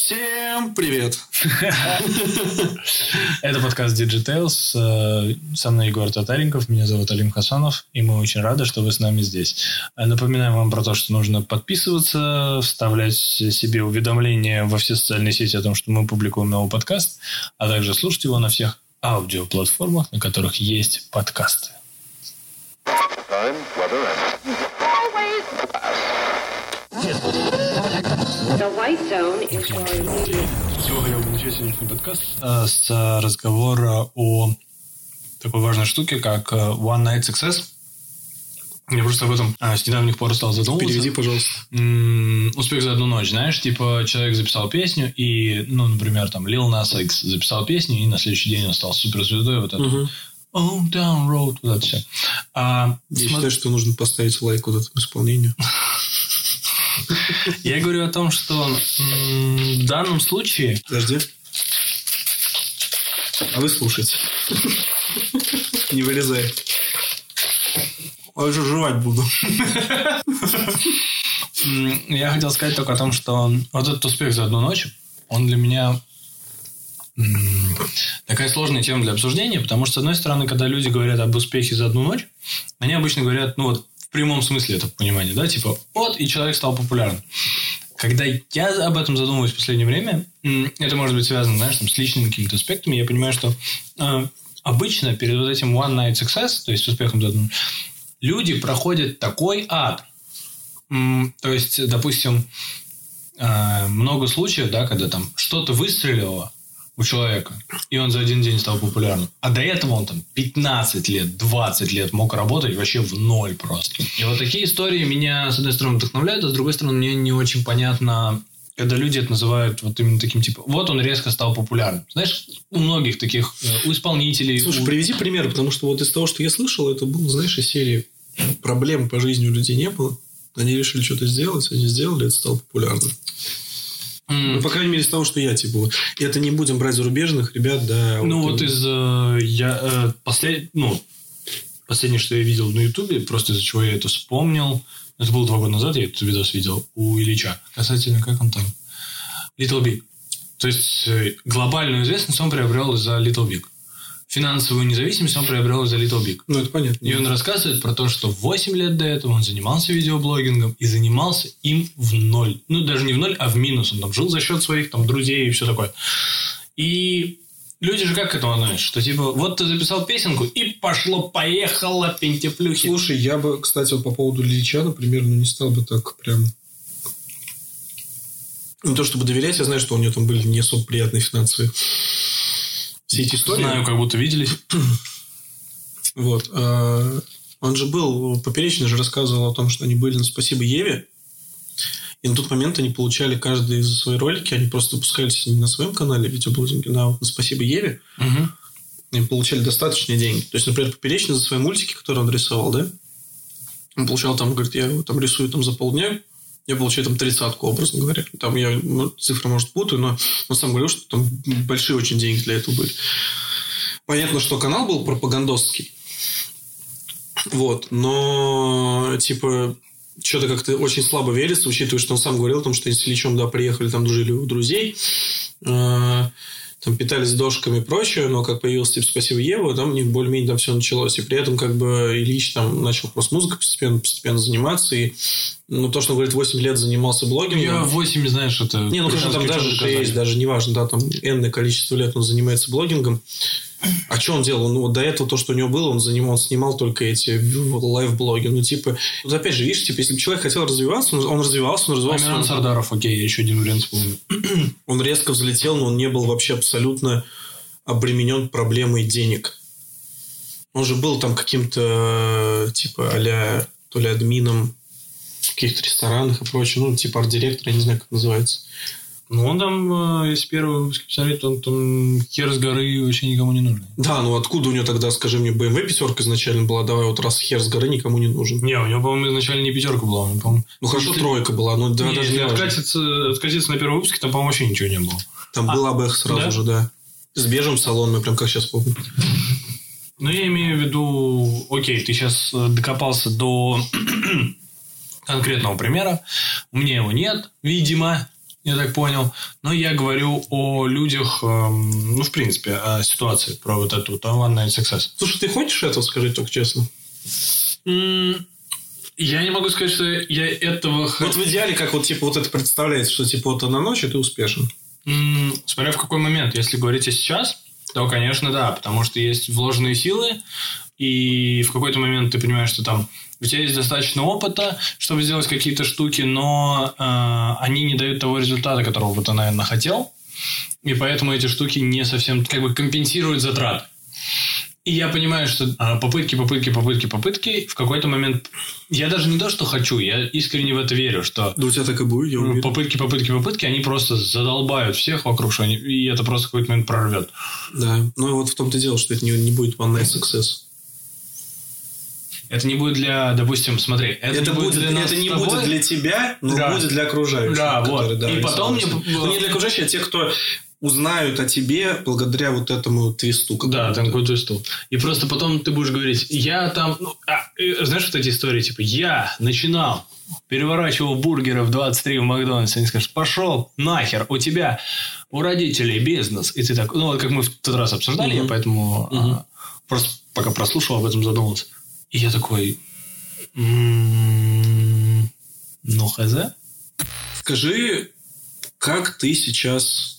Всем привет! Это подкаст Digitales. Со мной Егор Татаренков, меня зовут Алим Хасанов, и мы очень рады, что вы с нами здесь. Напоминаем вам про то, что нужно подписываться, вставлять себе уведомления во все социальные сети о том, что мы публикуем новый подкаст, а также слушать его на всех аудиоплатформах, на которых есть подкасты. Сегодня я буду начать сегодняшний подкаст с разговора о такой важной штуке, как One Night Success. Я просто об этом с недавних пор стал задумываться. Переведи, пожалуйста. Успех за одну ночь, знаешь, типа человек записал песню и, например, там Lil Nas X записал песню, и на следующий день он стал суперзвездой, вот это. Oh, down road, вот это все. Я считаю, что нужно поставить лайк вот этому исполнению. Я говорю о том, что в данном случае... Подожди. А вы слушайте. Не вылезай. Я уже жевать буду. Я хотел сказать только о том, что вот этот успех за одну ночь, он для меня такая сложная тема для обсуждения, потому что, с одной стороны, когда люди говорят об успехе за одну ночь, они обычно говорят, в прямом смысле этого понимания, да, типа, вот, и человек стал популярным. Когда я об этом задумываюсь в последнее время, это может быть связано, знаешь, с личными какими-то аспектами, я понимаю, что обычно перед вот этим One Night Success, то есть успехом за одну ночь, люди проходят такой ад. То есть, допустим, много случаев, да, когда там что-то выстрелило у человека, и он за один день стал популярным. А до этого он там 15 лет, 20 лет мог работать вообще в ноль просто. И вот такие истории меня, с одной стороны, вдохновляют, а с другой стороны, мне не очень понятно, когда люди это называют вот именно таким, типа, вот он резко стал популярным. Знаешь, у многих таких, у исполнителей... Слушай, приведи пример, потому что вот из того, что я слышал, это было, знаешь, из серии проблем по жизни у людей не было. Они решили что-то сделать, они сделали, это стало популярным. По крайней мере, из того, что я, типа, это не будем брать зарубежных ребят, да. Последнее, что я видел на Ютубе, просто из-за чего я это вспомнил, это было 2 года назад, я этот видос видел у Ильича. Касательно, как он там? Little Big. То есть, глобальную известность он приобрел из-за Little Big. Финансовую независимость он приобрел из-за Little Big. Это понятно. И он рассказывает про то, что 8 лет до этого он занимался видеоблогингом и занимался им в ноль. Даже не в ноль, а в минус. Он там жил за счет своих там друзей и все такое. И люди же как к этому относятся? Что типа, вот ты записал песенку и пошло-поехало пентеплюхи. Слушай, я бы, кстати, вот по поводу Ильича, например, не стал бы так прям... Не то чтобы доверять, я знаю, что у него там были не особо приятные финансовые все эти истории. Знаю, как будто виделись. Вот. Он же был... Поперечный же рассказывал о том, что они были на «Спасибо Еве». И на тот момент они получали каждый за свои ролики. Они просто выпускались не на своем канале видеоблогинга, на «Спасибо Еве». И получали достаточные деньги. То есть, например, Поперечный за свои мультики, которые он рисовал, да? Он получал там, говорит, я там рисую там за полдня. Я получаю там 30-ку, образно говоря. Там я цифры, может, путаю, но он сам говорил, что там большие очень деньги для этого были. Понятно, что канал был пропагандистский. Вот. Но, типа, что-то как-то очень слабо верится, учитывая, что он сам говорил о том, что они с Ильичом, да, приехали, там жили у друзей, там питались дошками и прочее, но как появился типа «Спасибо Ева», там у них более-менее там все началось. И при этом как бы Ильич там начал просто музыкой постепенно заниматься. И то, что он говорит, 8 лет занимался блогингом. Я 8, знаешь, это... Хорошо, там даже 6, даже неважно, да, там энное количество лет он занимается блогингом. А что он делал? До этого то, что у него было, он снимал только эти лайв-блоги. Опять же, видишь, если бы человек хотел развиваться, он развивался. Амиран Сардаров, окей, я еще один вариант вспомнил. Он резко взлетел, но он не был вообще абсолютно обременен проблемой денег. Он же был там каким-то, типа, а-ля, то ли админом в каких-то ресторанах и прочее. Типа арт-директор, я не знаю, как называется. Он там, если первый выпуск посмотреть, он там хер с горы вообще никому не нужен. Да, откуда у него тогда, скажи мне, BMW 5 изначально была? Давай вот раз хер с горы никому не нужен. Не, у него, по-моему, изначально не 5 была. По-моему... Хорошо, 3 была. Даже если откатиться на первом выпуске, там, по-моему, вообще ничего не было. Там была бы их сразу же, да. С бежевым салоном, прям как сейчас помню. Я имею в виду... Окей, ты сейчас докопался до конкретного примера. У меня его нет, видимо... я так понял. Но я говорю о людях, ну, в принципе, о ситуации, про вот эту One Night Success. Слушай, ты хочешь этого, скажи только честно? Я не могу сказать, что я этого... Вот в идеале, как вот, типа, вот это представляется, что, типа, вот одна ночь, и ты успешен. Смотря в какой момент. Если говорить о сейчас, то, конечно, да. Потому что есть вложенные силы, и в какой-то момент ты понимаешь, что там у тебя есть достаточно опыта, чтобы сделать какие-то штуки, но они не дают того результата, которого бы ты, наверное, хотел. И поэтому эти штуки не совсем как бы компенсируют затраты. И я понимаю, что попытки, в какой-то момент... Я даже не то, что хочу, я искренне в это верю, что... Да у тебя так и будет, я уверен. Попытки, они просто задолбают всех вокруг, что и это просто в какой-то момент прорвет. Да, ну вот в том-то и дело, что это не будет One Night Success. Это не будет для, допустим, смотри... Это не будет для тебя, но будет для окружающих. Да, которые, вот. Да, и потом мне... Не для окружающих, а тех, кто... узнают о тебе благодаря вот этому твисту. Да, такому твисту. И просто потом ты будешь говорить, я там... знаешь, вот эти истории, типа, я начинал, переворачивал бургеры в 23 в Макдональдсе. Они скажут, пошел нахер, у родителей бизнес. И ты так... Ну, вот как мы в тот раз обсуждали, я поэтому просто пока прослушал, об этом задумался. И я такой... Ну, хз? Скажи, как ты сейчас...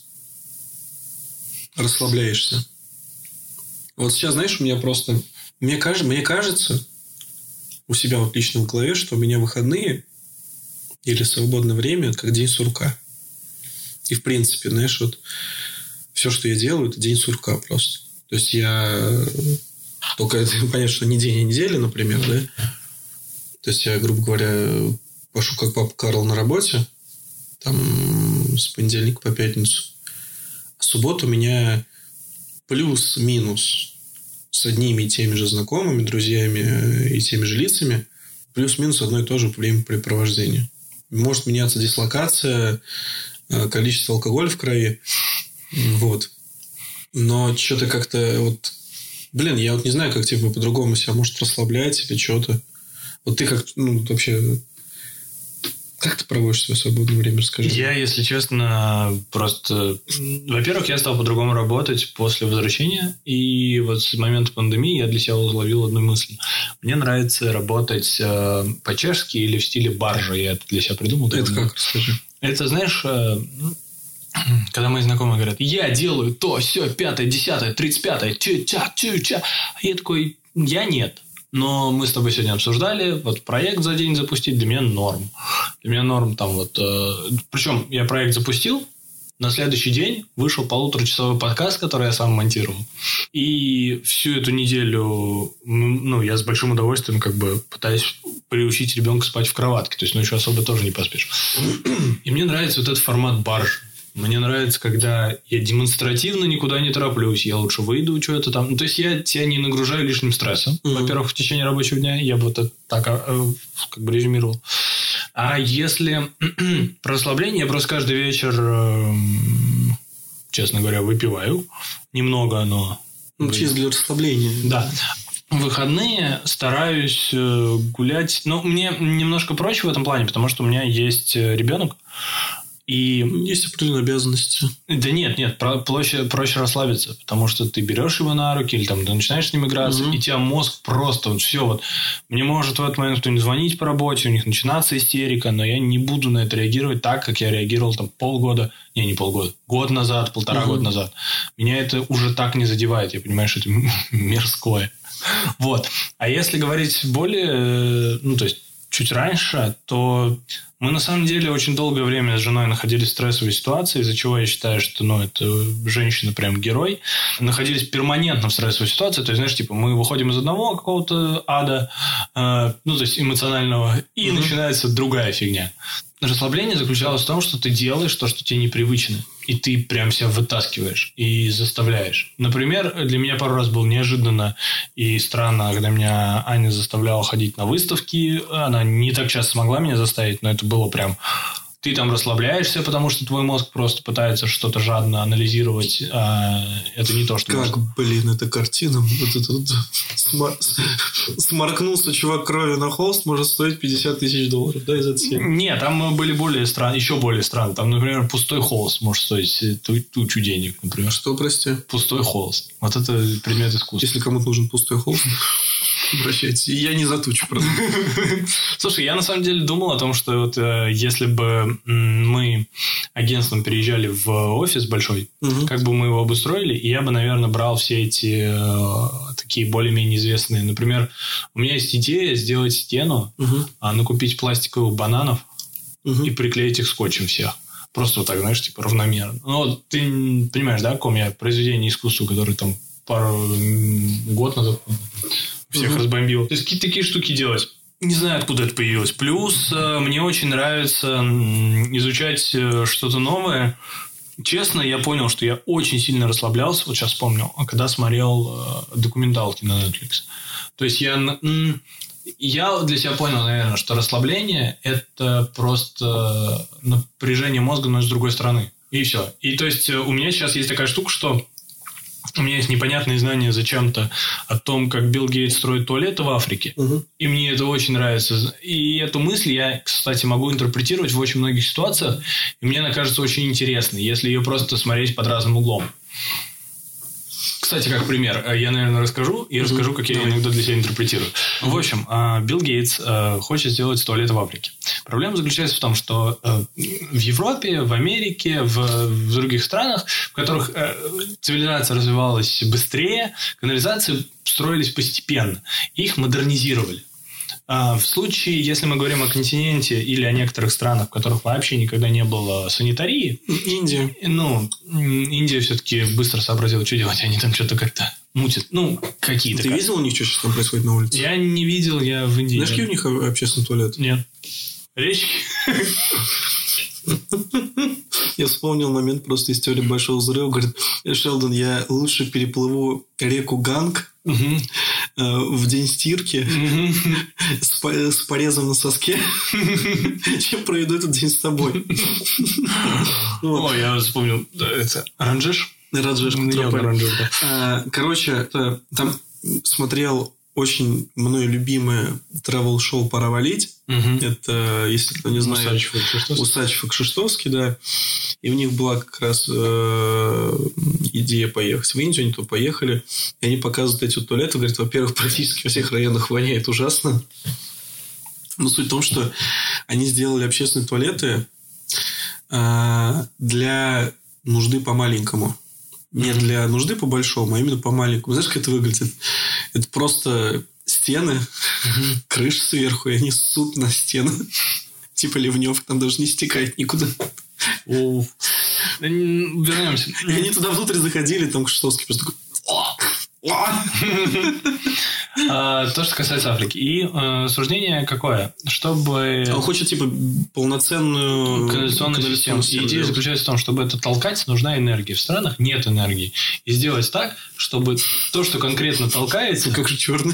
расслабляешься. Вот сейчас, знаешь, у меня просто... Мне кажется, у себя вот лично в голове, что у меня выходные или свободное время как день сурка. И, в принципе, знаешь, вот все, что я делаю, это день сурка просто. То есть, я... Только понятно, что не день, а неделя, например, да? То есть, я, грубо говоря, пошу как папа Карл на работе, там, с понедельника по пятницу. В субботу у меня плюс-минус с одними и теми же знакомыми, друзьями и теми же лицами, плюс-минус одно и то же времяпрепровождение. Может меняться дислокация, количество алкоголя в крови. Вот. Но что-то как-то вот... Блин, я вот не знаю, как типа по-другому себя может расслаблять или что-то. Вот ты как... Ну, вообще... Как ты проводишь свое свободное время, расскажи? Я, если честно, просто... Во-первых, я стал по-другому работать после возвращения. И вот с момента пандемии я для себя уловил одну мысль. Мне нравится работать по-чешски или в стиле баржа. Я это для себя придумал. Это как? Расскажи. Это, знаешь... Когда мои знакомые говорят, я делаю то, все, 5-е, 10-е, 35-е, ча. А я такой, я нет. Но мы с тобой сегодня обсуждали, вот проект за день запустить для меня норм. Для меня норм там вот... Причем я проект запустил, на следующий день вышел 1,5-часовой подкаст, который я сам монтировал. И всю эту неделю, ну, я с большим удовольствием как бы пытаюсь приучить ребенка спать в кроватке. То есть, ну, еще особо тоже не поспишь. И мне нравится вот этот формат баржи. Мне нравится, когда я демонстративно никуда не тороплюсь. Я лучше выйду, что-то там. Ну, то есть, я тебя не нагружаю лишним стрессом. Во-первых, в течение рабочего дня я бы вот это так как бы резюмировал. А если про расслабление, я просто каждый вечер, честно говоря, выпиваю. Немного, но... Ну, чисто для расслабления. Да. В выходные стараюсь гулять. Ну, мне немножко проще в этом плане, потому что у меня есть ребенок. И... Есть определенные обязанности. Да нет, проще расслабиться, потому что ты берешь его на руки или там ты начинаешь с ним играться, и тебя мозг просто вот все вот. Мне может в этот момент кто-нибудь звонить по работе, у них начинаться истерика, но я не буду на это реагировать так, как я реагировал там год назад, 1,5 года назад. Меня это уже так не задевает, я понимаю, что это мирское. Вот. А если говорить более, ну, то есть чуть раньше, то мы на самом деле очень долгое время с женой находились в стрессовой ситуации, из-за чего я считаю, что это женщина прям герой. Находились перманентно в стрессовой ситуации. То есть, знаешь, типа мы выходим из одного какого-то ада, ну, то есть эмоционального, и начинается другая фигня. Расслабление заключалось в том, что ты делаешь то, что тебе непривычно. И ты прям себя вытаскиваешь и заставляешь. Например, для меня пару раз было неожиданно и странно, когда меня Аня заставляла ходить на выставки. Она не так часто смогла меня заставить, но это было прям ты там расслабляешься, потому что твой мозг просто пытается что-то жадно анализировать, а это не то, что... эта картина. Вот это вот сморкнулся чувак кровью на холст, может стоить $50 000, да, из этой серии? Нет, там были еще более странные. Там, например, пустой холст может стоить тучу денег, например. Что, прости? Пустой холст. Вот это предмет искусства. Если кому-то нужен пустой холст, обращайтесь. Я не за тучу, правда. Слушай, я на самом деле думал о том, что вот если бы мы агентством переезжали в офис большой, как бы мы его обустроили, и я бы, наверное, брал все эти такие более-менее известные. Например, у меня есть идея сделать стену, накупить пластиковых бананов и приклеить их скотчем всех. Просто вот так, знаешь, типа равномерно. Ну, вот ты понимаешь, да, о каком я произведении искусства, которое там год назад всех разбомбил. То есть какие-то такие штуки делать. Не знаю, откуда это появилось. Плюс мне очень нравится изучать что-то новое. Честно, я понял, что я очень сильно расслаблялся, вот сейчас вспомнил, когда смотрел документалки на Netflix. То есть я для себя понял, наверное, что расслабление – это просто напряжение мозга, но с другой стороны. И все. И то есть у меня сейчас есть такая штука, что у меня есть непонятные знания зачем-то о том, как Билл Гейтс строит туалеты в Африке. И мне это очень нравится. И эту мысль я, кстати, могу интерпретировать в очень многих ситуациях. И мне она кажется очень интересной, если ее просто смотреть под разным углом. Кстати, как пример, я, наверное, расскажу, как я иногда для себя интерпретирую. В общем, Билл Гейтс хочет сделать туалет в Африке. Проблема заключается в том, что в Европе, в Америке, в других странах, в которых цивилизация развивалась быстрее, канализации строились постепенно. Их модернизировали. В случае, если мы говорим о континенте или о некоторых странах, в которых вообще никогда не было санитарии... Индия. Индия все-таки быстро сообразила, что делать. Они там что-то как-то мутят. Какие-то... Ты видел у них, что сейчас там происходит на улице? Я не видел, я в Индии. Знаешь, какие у них общественные туалеты? Нет. Речки? Я вспомнил момент просто из теории Большого Взрыва. Говорит, Шелдон, я лучше переплыву реку Ганг в день стирки с порезом на соске, чем проведу этот день с тобой. О, я вспомнил. Это Раджеш? Раджеш. Короче, там смотрел очень мною любимое travel-шоу «Пора валить». Это, если кто не знает, Усачев и Кшиштовский, да. И у них была как раз идея поехать в Индию. Они туда поехали. И они показывают эти туалеты. Говорят, во-первых, практически во всех районах воняет ужасно. Но суть в том, что они сделали общественные туалеты для нужды по-маленькому. Не для нужды по-большому, а именно по-маленькому. Знаешь, как это выглядит? Это просто стены, крыша сверху, и они ссут на стены. Типа ливневка, там даже не стекает никуда. Вернемся. И они туда внутрь заходили, там Кшиштовский просто такой... То, что касается Африки. И суждение какое? Чтобы... Он хочет, типа, полноценную канализационную систему. И идея заключается в том, чтобы это толкать, нужна энергия. В странах нет энергии. И сделать так, чтобы то, что конкретно толкается... Как же черные.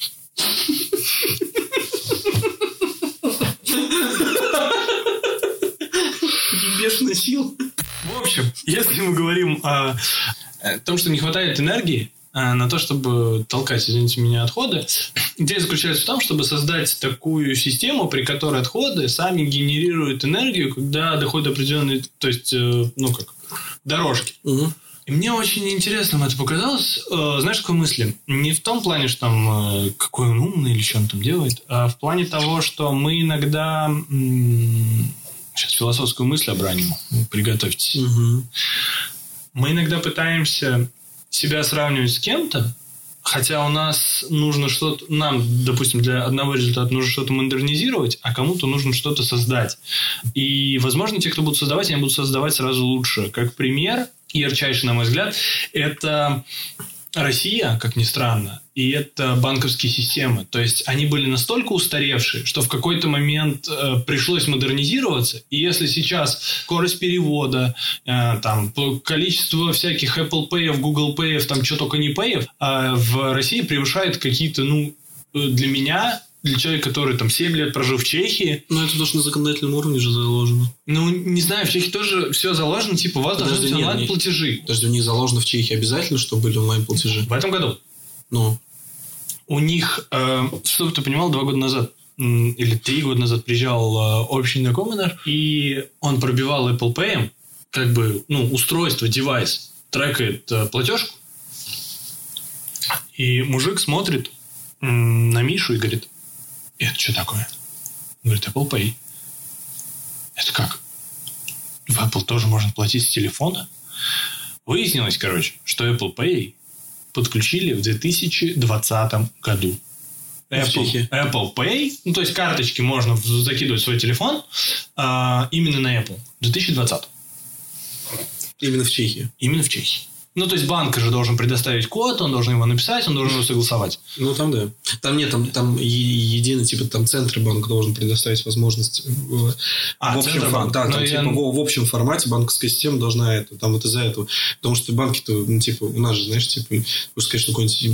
Бешеная сила. В общем, если мы говорим о том, что не хватает энергии на то, чтобы толкать, извините меня, отходы, идея заключается в том, чтобы создать такую систему, при которой отходы сами генерируют энергию, когда доходит до определенной, то есть, дорожки. И мне очень интересным это показалось. Знаешь, какой мысли? Не в том плане, что там какой он умный или что он там делает, а в плане того, что мы иногда... Сейчас философскую мысль обраним. Приготовьтесь. Мы иногда пытаемся себя сравнивать с кем-то, хотя у нас нужно что-то... Нам, допустим, для одного результата нужно что-то модернизировать, а кому-то нужно что-то создать. И, возможно, те, кто будут создавать, они будут создавать сразу лучше. Как пример, ярчайший, на мой взгляд, это Россия, как ни странно, и это банковские системы. То есть, они были настолько устаревшие, что в какой-то момент пришлось модернизироваться. И если сейчас скорость перевода, там, количество всяких Apple Pay, Google Pay, там, что только не Pay, в России превышает какие-то, для меня для человека, который там 7 лет прожил в Чехии... Ну, это тоже на законодательном уровне же заложено. Ну, не знаю, в Чехии тоже все заложено, типа, у вас должны быть онлайн-платежи. Подожди, у них заложено в Чехии обязательно, чтобы были онлайн-платежи? В этом году. Ну. У них, чтобы ты понимал, 2 года назад или 3 года назад приезжал общий знакомый наш, и он пробивал Apple Pay, как бы, ну, устройство, девайс, трекает платежку, и мужик смотрит на Мишу и говорит: это что такое? Он говорит: Apple Pay. Это как? В Apple тоже можно платить с телефона? Выяснилось, короче, что Apple Pay подключили в 2020 году. Apple Pay, ну, то есть карточки можно закидывать в свой телефон именно на Apple. 2020. Именно в Чехии? Именно в Чехии. Ну, то есть банк же должен предоставить код, он должен его написать, он должен его согласовать. Ну, там да. Там нет, там единый, типа, там Центробанк должен предоставить возможность в общем формате. Да, там, типа, в общем формате банковская система должна это, там вот из-за этого. Потому что банки-то, ну, типа, у нас же, знаешь, типа, можно сказать, что какой-нибудь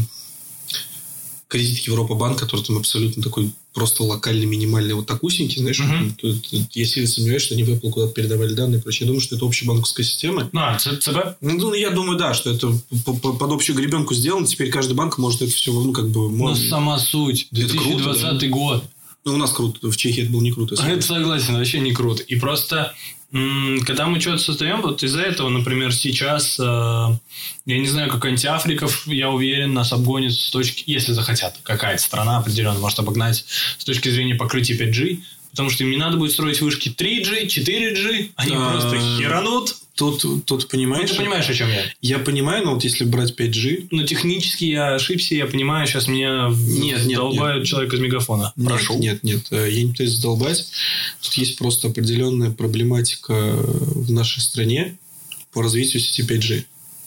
кредит Европа-банк, который там абсолютно такой просто локальный, минимальный, вот такусенький, знаешь, я сильно сомневаюсь, что они в Apple куда-то передавали данные и прочее. Я думаю, что это общая банковская система. ЦБ? Ну, я думаю, да, что это под общую гребенку сделано. Теперь каждый банк может это все, ну, как бы... Но сама суть. 2020 круто, да? Год. Ну, у нас круто. В Чехии это было не круто. Это согласен, вообще не круто. И просто... Когда мы что-то создаем, вот из-за этого, например, сейчас, я не знаю, какой-нибудь Африков, я уверен, нас обгонит с точки, если захотят, какая-то страна определенно может обогнать с точки зрения покрытия 5G, потому что им не надо будет строить вышки 3G, 4G, они просто херанут. Тут понимаешь... Ну, ты понимаешь, о чем я? Я понимаю, но вот если брать 5G... Но технически я ошибся, я понимаю, сейчас меня долбают человек из мегафона. Прошу. Нет, я не пытаюсь задолбать. Тут есть просто определенная проблематика в нашей стране по развитию сети 5G.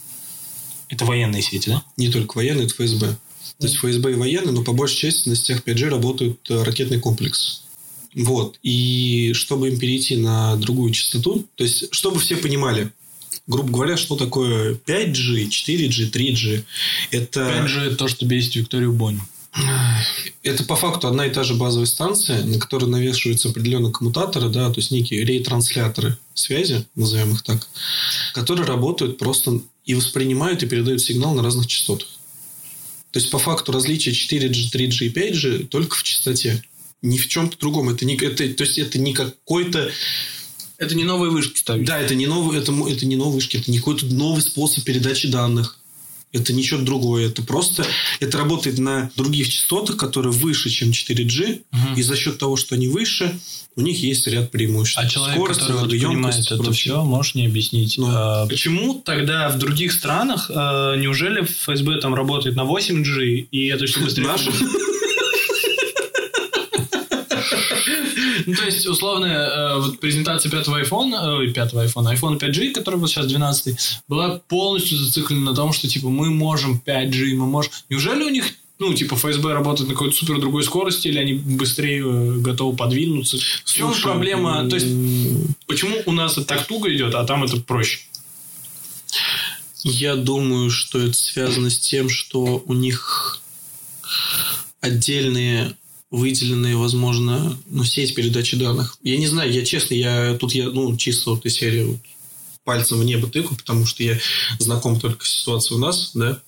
Это военные сети, да? Не только военные, это ФСБ. То есть ФСБ и военные, но по большей части на сетях 5G работают ракетный комплекс. Вот. И чтобы им перейти на другую частоту, то есть, чтобы все понимали, грубо говоря, что такое 5G, 4G, 3G. Это... 5G – это то, что бесит Викторию Боню. Это по факту одна и та же базовая станция, на которой навешиваются определенные коммутаторы, да, то есть некие ретрансляторы связи, назовем их так, которые работают просто и воспринимают и передают сигнал на разных частотах. То есть, по факту различие 4G, 3G и 5G только в частоте. Ни в чем-то другом. То есть, это не какой-то... Это не новые вышки ставить. Да, это не новые вышки. Это не какой-то новый способ передачи данных. Это ничего другое. Это просто... Это работает на других частотах, которые выше, чем 4G. И за счет того, что они выше, у них есть ряд преимуществ. А человек, скорость, который понимает это все, можешь не объяснить. Почему тогда в других странах, неужели ФСБ там работает на 8G, и это все быстрее... Ну, то есть, условно, вот презентация пятого iPhone 5G, который вот сейчас 12-й, была полностью зациклена на том, что, типа, мы можем 5G, мы можем... Неужели у них, ну, типа, ФСБ работает на какой-то супер другой скорости, или они быстрее готовы подвинуться? В чем проблема? То есть, почему у нас это так туго идет, а там это проще? Я думаю, что это связано с тем, что у них отдельные... выделенные, возможно, сеть передачи данных. Я не знаю, я честно, чисто вот из серии пальцем в небо тыкаю, потому что я знаком только с ситуацией у нас, да.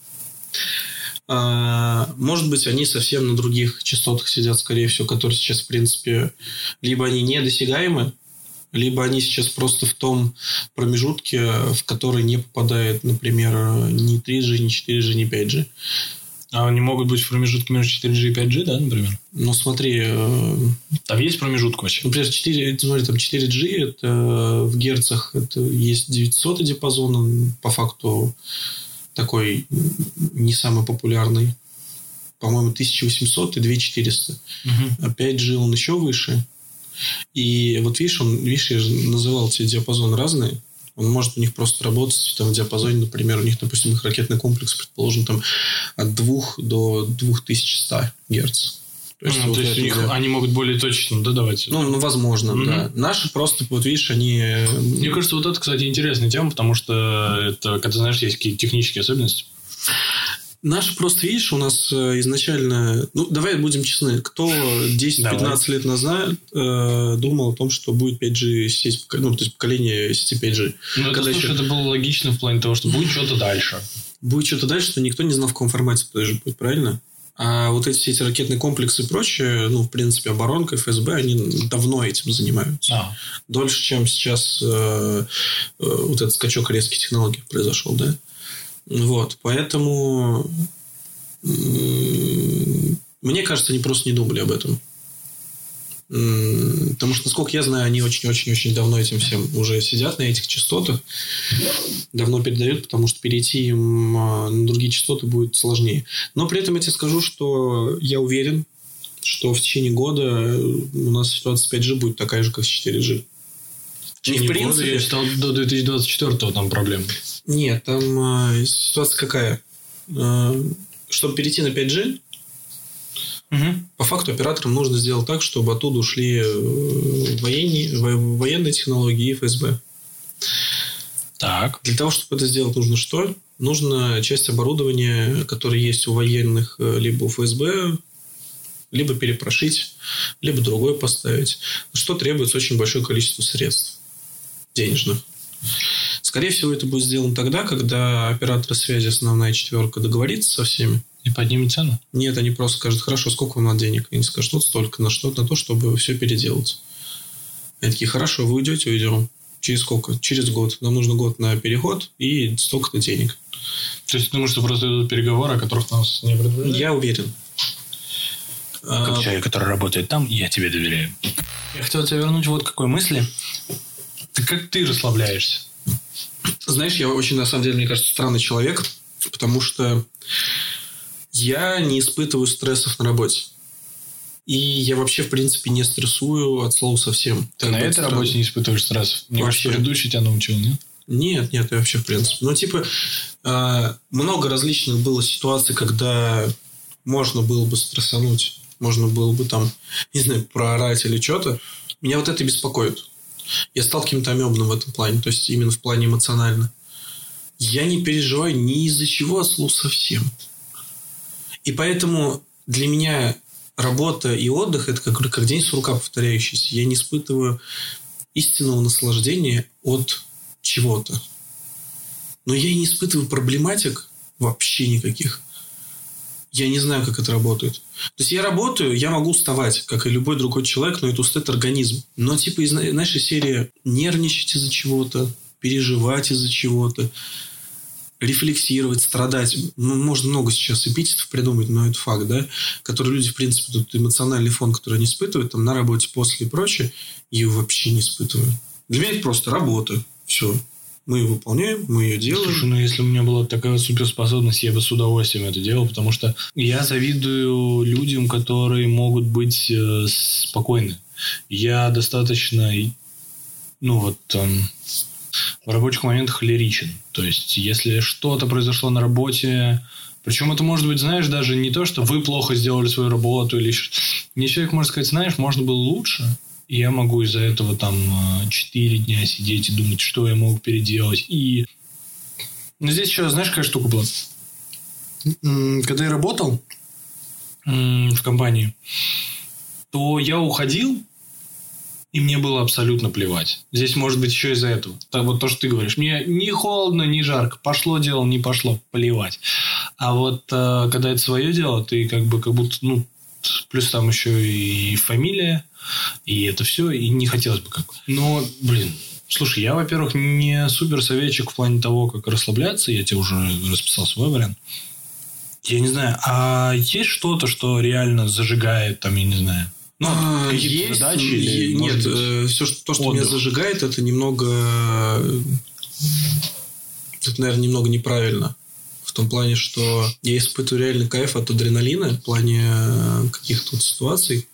Может быть, они совсем на других частотах сидят, скорее всего, которые сейчас, в принципе, либо они недосягаемы, либо они сейчас просто в том промежутке, в который не попадает, например, ни 3G, ни 4G, ни 5G. А они могут быть в промежутке между 4G и 5G, да, например? Ну, смотри... Там есть промежуток вообще? Например, 4G это в герцах это есть 900 диапазон, он по факту такой не самый популярный. По-моему, 1800 и 2400. А 5G он еще выше. И вот видишь, я же называл тебе диапазон разные. Он может у них просто работать там, в диапазоне, например, у них, допустим, их ракетный комплекс, предположим, там, от 2 до 2100 Гц. То есть, у них они могут более точно, да, давать? Ну, возможно, да. Наши просто, вот видишь, они... Мне кажется, вот это, кстати, интересная тема, потому что это, когда знаешь, есть какие-то технические особенности. Наш просто, видишь, у нас изначально... Ну, давай будем честны. Кто 10-15 лет назад думал о том, что будет 5G сеть, ну, то есть поколение сети 5G? Ну, это было логично в плане того, что будет что-то дальше. Будет что-то дальше, но никто не знал, в каком формате это даже будет, правильно? А вот эти все эти ракетные комплексы и прочее, ну, в принципе, оборонка, ФСБ, они давно этим занимаются. Дольше, чем сейчас вот этот скачок резких технологий произошел, да? Вот, поэтому мне кажется, они просто не думали об этом. Потому что, насколько я знаю, они очень-очень-очень давно этим всем уже сидят на этих частотах. Давно передают, потому что перейти им на другие частоты будет сложнее. Но при этом я тебе скажу, что я уверен, что в течение года у нас ситуация с 5G будет такая же, как с 4G. И в принципе, я считал, до 2024-го там проблем. Нет, там ситуация какая? Чтобы перейти на 5G, по факту операторам нужно сделать так, чтобы оттуда ушли военные технологии и ФСБ. Так. Для того, чтобы это сделать, нужно что? Нужно часть оборудования, которое есть у военных, либо у ФСБ, либо перепрошить, либо другое поставить. Что требуется очень большое количество средств денежных. Скорее всего, это будет сделано тогда, когда операторы связи, основная четверка, договорится со всеми. И поднимет цену? Нет, они просто скажут: хорошо, сколько вам надо денег? И они скажут: вот столько, на то, чтобы все переделать. Они такие: хорошо, вы уйдете, уйдем. Через сколько? Через год. Нам нужно год на переход и столько-то денег. То есть, ты думаешь, что просто идут переговоры, о которых нас не предупреждали? Я уверен. Как человек, который работает там, я тебе доверяю. Я хотел тебя вернуть вот к какой мысли. Ты как ты расслабляешься? Знаешь, я очень, на самом деле, мне кажется, странный человек, потому что я не испытываю стрессов на работе. И я вообще, в принципе, не стрессую от слова совсем. Ты на этой работе не испытываешь стрессов? Мне вообще. кажется, предыдущий тебя научил, нет? Нет, я вообще, в принципе. Ну, типа, много различных было ситуаций, когда можно было бы стрессануть, можно было бы там, не знаю, проорать или что-то. Меня вот это беспокоит. Я стал каким-то амебным в этом плане, то есть именно в плане эмоционально. Я не переживаю ни из-за чего от слов совсем. И поэтому для меня работа и отдых – это как день сурка повторяющийся. Я не испытываю истинного наслаждения от чего-то. Но я и не испытываю проблематик вообще никаких. Я не знаю, как это работает. То есть я работаю, я могу уставать, как и любой другой человек, но это устает организм. Но типа из нашей серии нервничать из-за чего-то, переживать из-за чего-то, рефлексировать, страдать. Можно много сейчас эпитетов придумать, но это факт, да? Которые люди, в принципе, тут эмоциональный фон, который они испытывают там на работе, после и прочее, я его вообще не испытываю. Для меня это просто работа. Все. Мы ее выполняем, мы ее делаем. Слушай, ну если у меня была такая суперспособность, я бы с удовольствием это делал, потому что я завидую людям, которые могут быть спокойны. Я достаточно, в рабочих моментах лиричен. То есть, если что-то произошло на работе, причем это может быть, знаешь, даже не то, что вы плохо сделали свою работу или что-то. Мне человек может сказать: знаешь, можно было лучше. И я могу из-за этого там 4 дня сидеть и думать, что я могу переделать. Но здесь еще, знаешь, какая штука была? Когда я работал в компании, то я уходил, и мне было абсолютно плевать. Здесь может быть еще из-за этого. Вот то, что ты говоришь. Мне ни холодно, ни жарко. Пошло дело, не пошло. Плевать. А вот когда это свое дело, ты как будто, плюс там еще и фамилия, и это все, и не хотелось бы как. Но, слушай, я, во-первых, не суперсоветчик в плане того, как расслабляться. Я тебе уже расписал свой вариант. Я не знаю, а есть что-то, что реально зажигает, там, я не знаю, есть задачи? Или, нет, все, что меня зажигает, это немного... Это, наверное, немного неправильно. В том плане, что я испытываю реальный кайф от адреналина в плане каких-то ситуаций.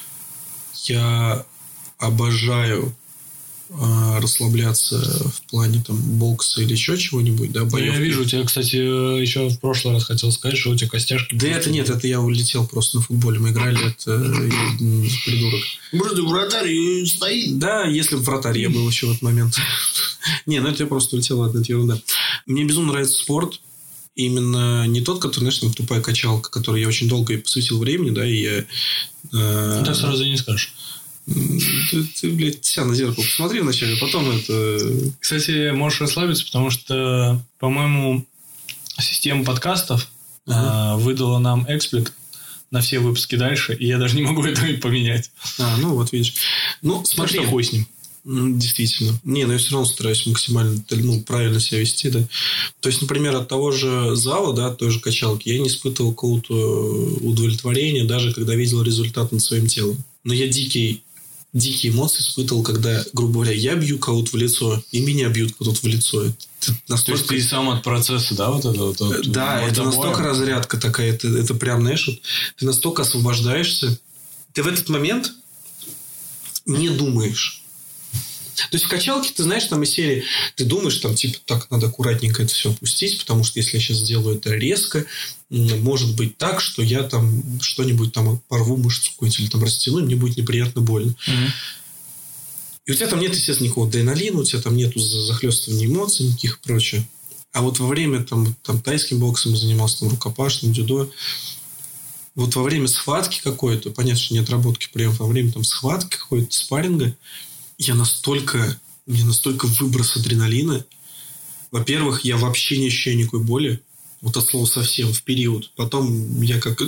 Я обожаю расслабляться в плане там бокса или еще чего-нибудь, да, боевки. Я вижу, у тебя, кстати, еще в прошлый раз хотел сказать, что у тебя костяшки... Да это нет, это я улетел просто на футболе. Мы играли, это придурок. Вратарь стоит. Да, если бы вратарь я был еще в этот момент. Не, это я просто улетел, ладно, это ерунда. Мне безумно нравится спорт. Именно не тот, который, знаешь, там тупая качалка, которой я очень долго посвятил времени, да, и я... Так сразу и не скажешь. Ты, блядь, себя на зеркало посмотри вначале, потом это... Кстати, можешь расслабиться, потому что, по-моему, система подкастов выдала нам экспликт на все выпуски дальше, и я даже не могу это поменять. Ну вот видишь. Ну, смотри. Что хуй с ним. Действительно. Не, но я все равно стараюсь максимально правильно себя вести, да. То есть, например, от того же зала, да, той же качалки, я не испытывал какого-то удовлетворения, даже когда видел результат над своим телом. Но я дикие эмоции испытывал, когда, грубо говоря, я бью кого-то в лицо, и меня бьют кто-то в лицо. Это настолько... То есть, ты сам от процесса, да, вот это? Вот, да, это настолько разрядка такая, это прям, знаешь, вот, ты настолько освобождаешься. Ты в этот момент не думаешь. То есть, в качалке, ты знаешь, там из серии, ты думаешь, там, типа, так, надо аккуратненько это все опустить, потому что если я сейчас сделаю это резко, может быть так, что я там что-нибудь там порву мышцу какую-нибудь или там растяну, и мне будет неприятно больно. И у тебя там нет, естественно, никакого адреналина, у тебя там нету захлестывания эмоций никаких и прочее. А вот во время там тайским боксом занимался, там, рукопашным, дзюдо, вот во время схватки какой-то, понятно, что не отработки приемов, во время там схватки какой-то, спарринга, у меня настолько выброс адреналина. Во-первых, я вообще не ощущаю никакой боли. Вот от слова совсем в период. Потом я как...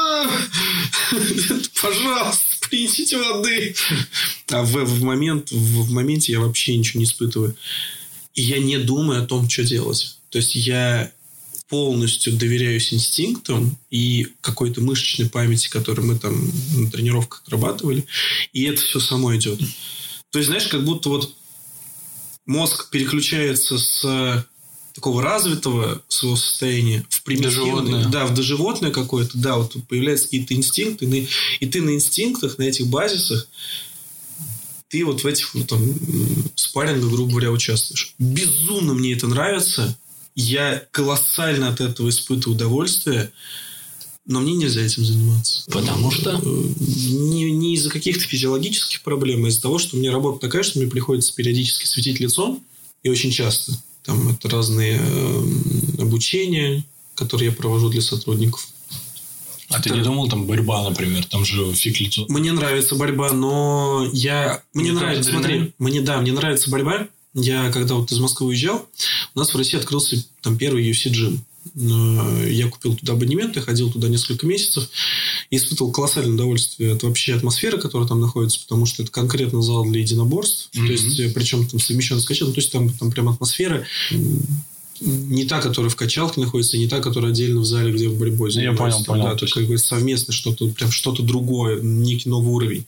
Пожалуйста, принесите воды. А в моменте я вообще ничего не испытываю. И я не думаю о том, что делать. То есть, я полностью доверяюсь инстинктам и какой-то мышечной памяти, которую мы там на тренировках отрабатывали. И это все само идет. То есть, знаешь, как будто вот мозг переключается с такого развитого своего состояния в примитивное, да, в доживотное какое-то, да, вот появляются какие-то инстинкты, и ты на инстинктах, на этих базисах, ты вот в этих вот, там, спаррингах, грубо говоря, участвуешь. Безумно мне это нравится, я колоссально от этого испытываю удовольствие, но мне нельзя этим заниматься. Потому что? Не из-за каких-то физиологических проблем, а из-за того, что у меня работа такая, что мне приходится периодически светить лицом, и очень часто. Там это разные обучения, которые я провожу для сотрудников. А ты не думал, там борьба, например, там же фиг лицо? Мне нравится борьба, но мне нравится борьба. Я когда вот из Москвы уезжал, у нас в России открылся там первый UFC-джим. Я купил туда абонемент, я ходил туда несколько месяцев и испытывал колоссальное удовольствие от вообще атмосферы, которая там находится, потому что это конкретно зал для единоборств, то есть, причем там совмещен с качалкой, то есть, там прям атмосфера не та, которая в качалке находится, и не та, которая отдельно в зале, где в борьбой занимаются. Я понял. Да, то есть, как бы совместно что-то, прям что-то другое, некий новый уровень.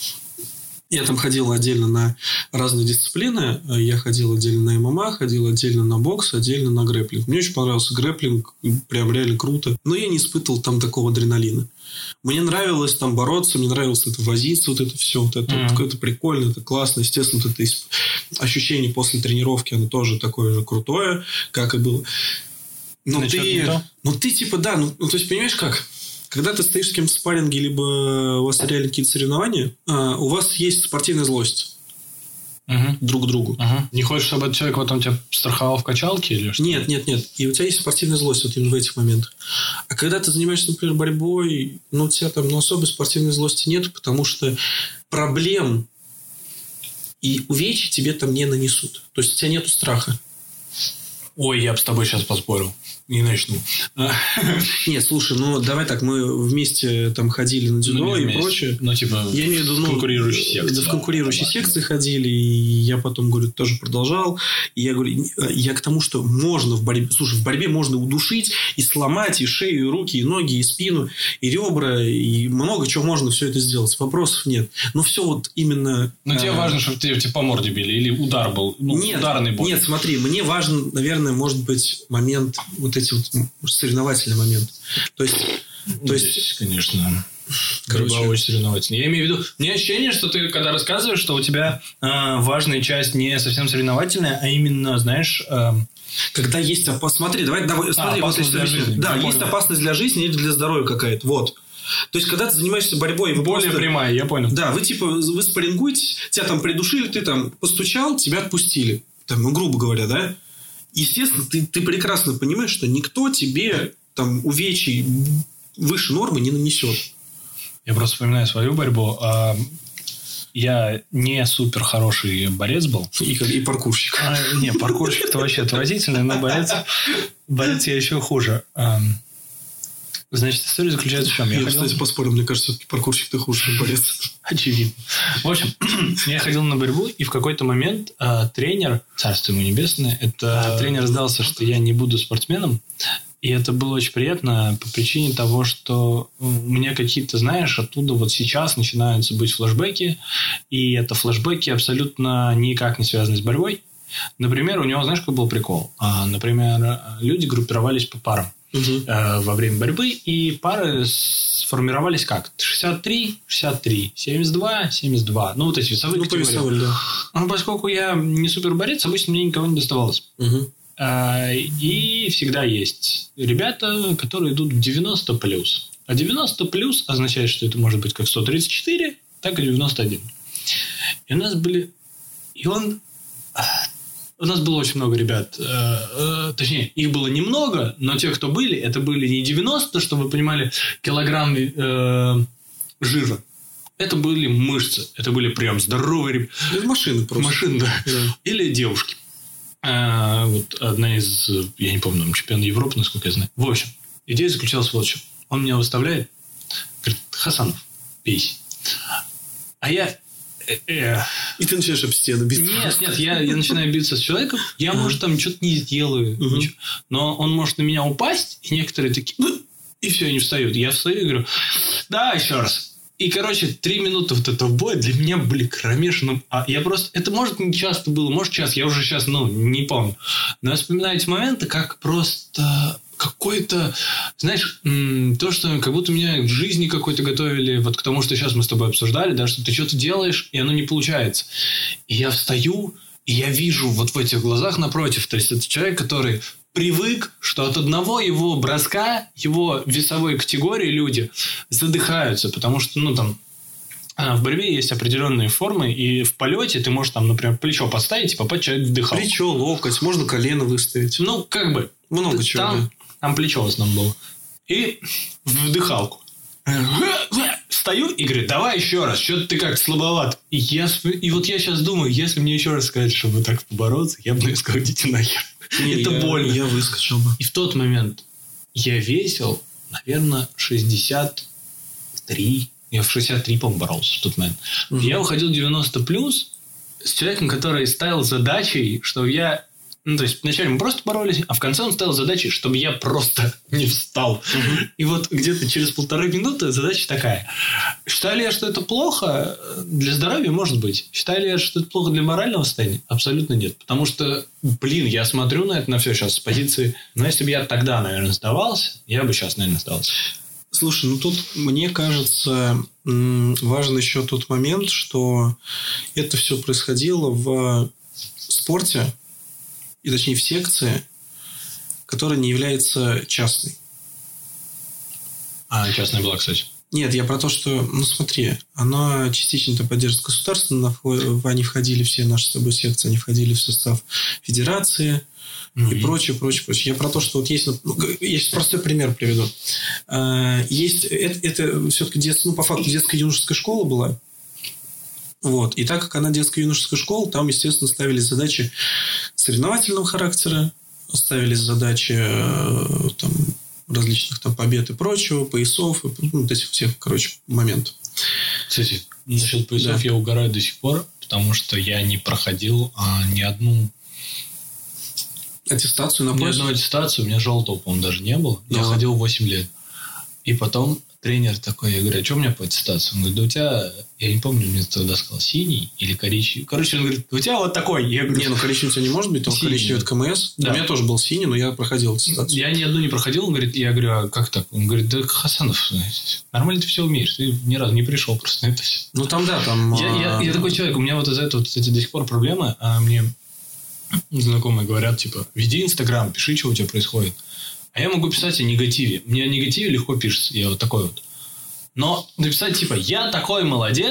Я там ходил отдельно на разные дисциплины. Я ходил отдельно на ММА, ходил отдельно на бокс, отдельно на грэпплинг. Мне очень понравился грэпплинг. Прям реально круто. Но я не испытывал там такого адреналина. Мне нравилось там бороться, мне нравилось это возиться, вот это все. Вот это, это прикольно, это классно. Естественно, вот это ощущение после тренировки, оно тоже такое же крутое, как и было. Но ты типа, да, то есть, понимаешь, как... Когда ты стоишь с кем-то в спарринге, либо у вас реально какие-то соревнования, у вас есть спортивная злость друг к другу. Не хочешь, чтобы этот человек потом тебя страховал в качалке или что? Нет. И у тебя есть спортивная злость вот именно в этих моментах. А когда ты занимаешься, например, борьбой, у тебя там особой спортивной злости нет, потому что проблем и увечий тебе там не нанесут. То есть, у тебя нету страха. Ой, я бы с тобой сейчас поспорил. Не начну. Нет, слушай, давай так, мы вместе там ходили на дзюдо и прочее. Я имею в виду, в конкурирующей секции. В конкурирующей секции ходили, и я потом, говорю, тоже продолжал. И я говорю, я к тому, что можно в борьбе... Слушай, в борьбе можно удушить и сломать и шею, и руки, и ноги, и спину, и ребра, и много чего можно все это сделать. Вопросов нет. Но все вот именно... Но тебе важно, чтобы тебе по морде били, или удар был? Ударный бой. Нет, смотри, мне важен, наверное, может быть, момент вот эти вот соревновательный момент. То есть, конечно, очень соревновательный. Я имею в виду, у меня ощущение, что ты, когда рассказываешь, что у тебя важная часть не совсем соревновательная, а именно, знаешь... Когда есть опасность... Смотри, смотри, опасность для жизни. Да, есть опасность для жизни или для здоровья какая-то. Вот. То есть, когда ты занимаешься борьбой... Более прямая, я понял. Да, вы спаррингуете, тебя там придушили, ты там постучал, тебя отпустили. Там, грубо говоря, да? естественно, ты прекрасно понимаешь, что никто тебе там увечий выше нормы не нанесет. Я просто вспоминаю свою борьбу. Я не супер хороший борец был. И паркурщик. Не, паркурщик-то вообще отвратительный, но борец я еще хуже. Значит, история заключается в чем? Кстати, поспорим, мне кажется, все-таки паркурщик-то хуже, чем борец. Очевидно. В общем, я ходил на борьбу, и в какой-то момент тренер, царство ему небесное, тренер сдался, что я не буду спортсменом. И это было очень приятно по причине того, что у меня какие-то, знаешь, оттуда вот сейчас начинаются быть флешбеки, и это флешбеки абсолютно никак не связаны с борьбой. Например, у него, знаешь, какой был прикол? Например, люди группировались по парам во время борьбы, и пары сформировались как? 63, 63, 72, 72. Ну, вот эти весовые категории. Да. Ну, поскольку я не суперборец, обычно мне никого не доставалось. И всегда есть ребята, которые идут в 90+. А 90+ означает, что это может быть как 134, так и 91. И у нас были... У нас было очень много ребят. Точнее, их было немного, но те, кто были, это были не 90, чтобы вы понимали, килограмм жира. Это были мышцы. Это были прям здоровые ребята. Это машины просто. Машины, да. Или девушки. Вот одна из, я не помню, чемпион Европы, насколько я знаю. В общем, идея заключалась вот в чем. Он меня выставляет, говорит: Хасанов, бейся. А я... И ты начинаешь об стену биться. Нет, я начинаю биться с человеком, я, может, там что-то не сделаю, ничего. Но он может на меня упасть, и некоторые такие, и все, они встают. Я встаю и говорю: да, еще раз. И, короче, 3 минуты вот этого боя для меня были кромешным. Я просто... Это, может, не часто было, может, час. Я уже сейчас, не помню. Но я вспоминаю эти моменты, как просто какой-то... Знаешь, то, что как будто меня в жизни какой-то готовили вот к тому, что сейчас мы с тобой обсуждали, да, что ты что-то делаешь, и оно не получается. И я встаю, и я вижу вот в этих глазах напротив. То есть, это человек, который... привык, что от одного его броска, его весовой категории люди задыхаются, потому что, в борьбе есть определенные формы, и в полете ты можешь там, например, плечо поставить и попасть человек в дыхалку. Плечо, локоть, можно колено выставить. Много чего. Там плечо в основном было. И в дыхалку. Встаю и говорю: давай еще раз, что-то ты как слабоват. И вот я сейчас думаю, если мне еще раз сказать, чтобы так побороться, я бы сказал: идите нахер. Это больно. Я выскочил бы. И в тот момент я весил, наверное, 63. Я в 63, по-моему, боролся в тот момент. Я уходил 90+ с человеком, который ставил задачей, что я... то есть, вначале мы просто боролись, а в конце он ставил задачей, чтобы я просто не встал. И вот где-то через 1,5 минуты задача такая. Считаю ли я, что это плохо? Для здоровья, может быть. Считаю ли я, что это плохо для морального состояния? Абсолютно нет. Потому что, я смотрю на это, на все сейчас с позиции... если бы я тогда, наверное, сдавался, я бы сейчас, наверное, сдался. Слушай, тут, мне кажется, важен еще тот момент, что это все происходило в спорте, и точнее в секции, которая не является частной. Частная была, кстати. Нет, я про то, что, смотри, она частично поддерживает государство, они входили, все наши с тобой секции, они входили в состав федерации и прочее. Я про то, что вот есть, есть простой пример приведу. Есть, это все-таки по факту детская юношеская школа была. Вот. И так как она детская юношеская школа, там, естественно, ставились задачи соревновательного характера, ставились задачи различных побед и прочего, поясов, вот этих всех, моментов. Кстати, насчет поясов я угораю до сих пор, потому что я не проходил ни одну аттестацию на пояс. Ни одну аттестацию, у меня желтого, по-моему, даже не было. Я ходил 8 лет. И потом тренер такой, я говорю: а что у меня по аттестации? Он говорит: да у тебя, я не помню, мне тогда сказал, синий или коричневый. Короче, он говорит: у тебя вот такой. Я говорю: коричневый у тебя не может быть, потому что коричневый это КМС. Да. У меня тоже был синий, но я проходил аттестацию. Я ни одну не проходил, он говорит, я говорю: а как так? Он говорит: да, Хасанов, нормально ты все умеешь, ты ни разу не пришел просто на это все. Я такой человек, у меня вот из-за этого, кстати, до сих пор проблемы, мне знакомые говорят, веди Инстаграм, пиши, что у тебя происходит. А я могу писать о негативе. Мне о негативе легко пишется. Я вот такой вот. Но написать, я такой молодец,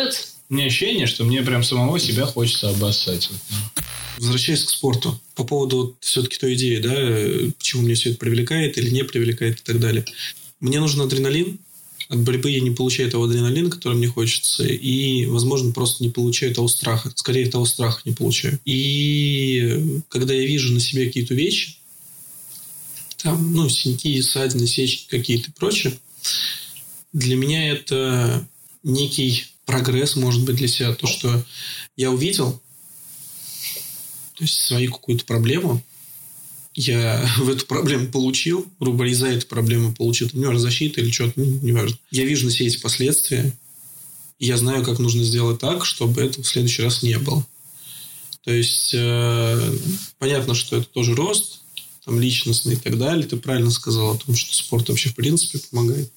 У меня ощущение, что мне прям самого себя хочется обоссать. Возвращаясь к спорту. По поводу вот все-таки той идеи, да, почему меня все это привлекает или не привлекает и так далее. Мне нужен адреналин. От борьбы я не получаю того адреналина, который мне хочется. И, возможно, просто не получаю того страха. Скорее, того страха не получаю. И когда я вижу на себе какие-то вещи, там, ну, синяки, ссадины, сечки какие-то и прочее, для меня это некий прогресс, может быть, для себя. То, что я увидел, то есть свою какую-то проблему, я в эту проблему получил, грубо говоря, из-за этой проблемы получил, неважно, защита или что-то, неважно. Я вижу на себе эти последствия, и я знаю, как нужно сделать так, чтобы этого в следующий раз не было. То есть, понятно, что это тоже рост, там, личностный и так далее. Ты правильно сказал о том, что спорт вообще в принципе помогает.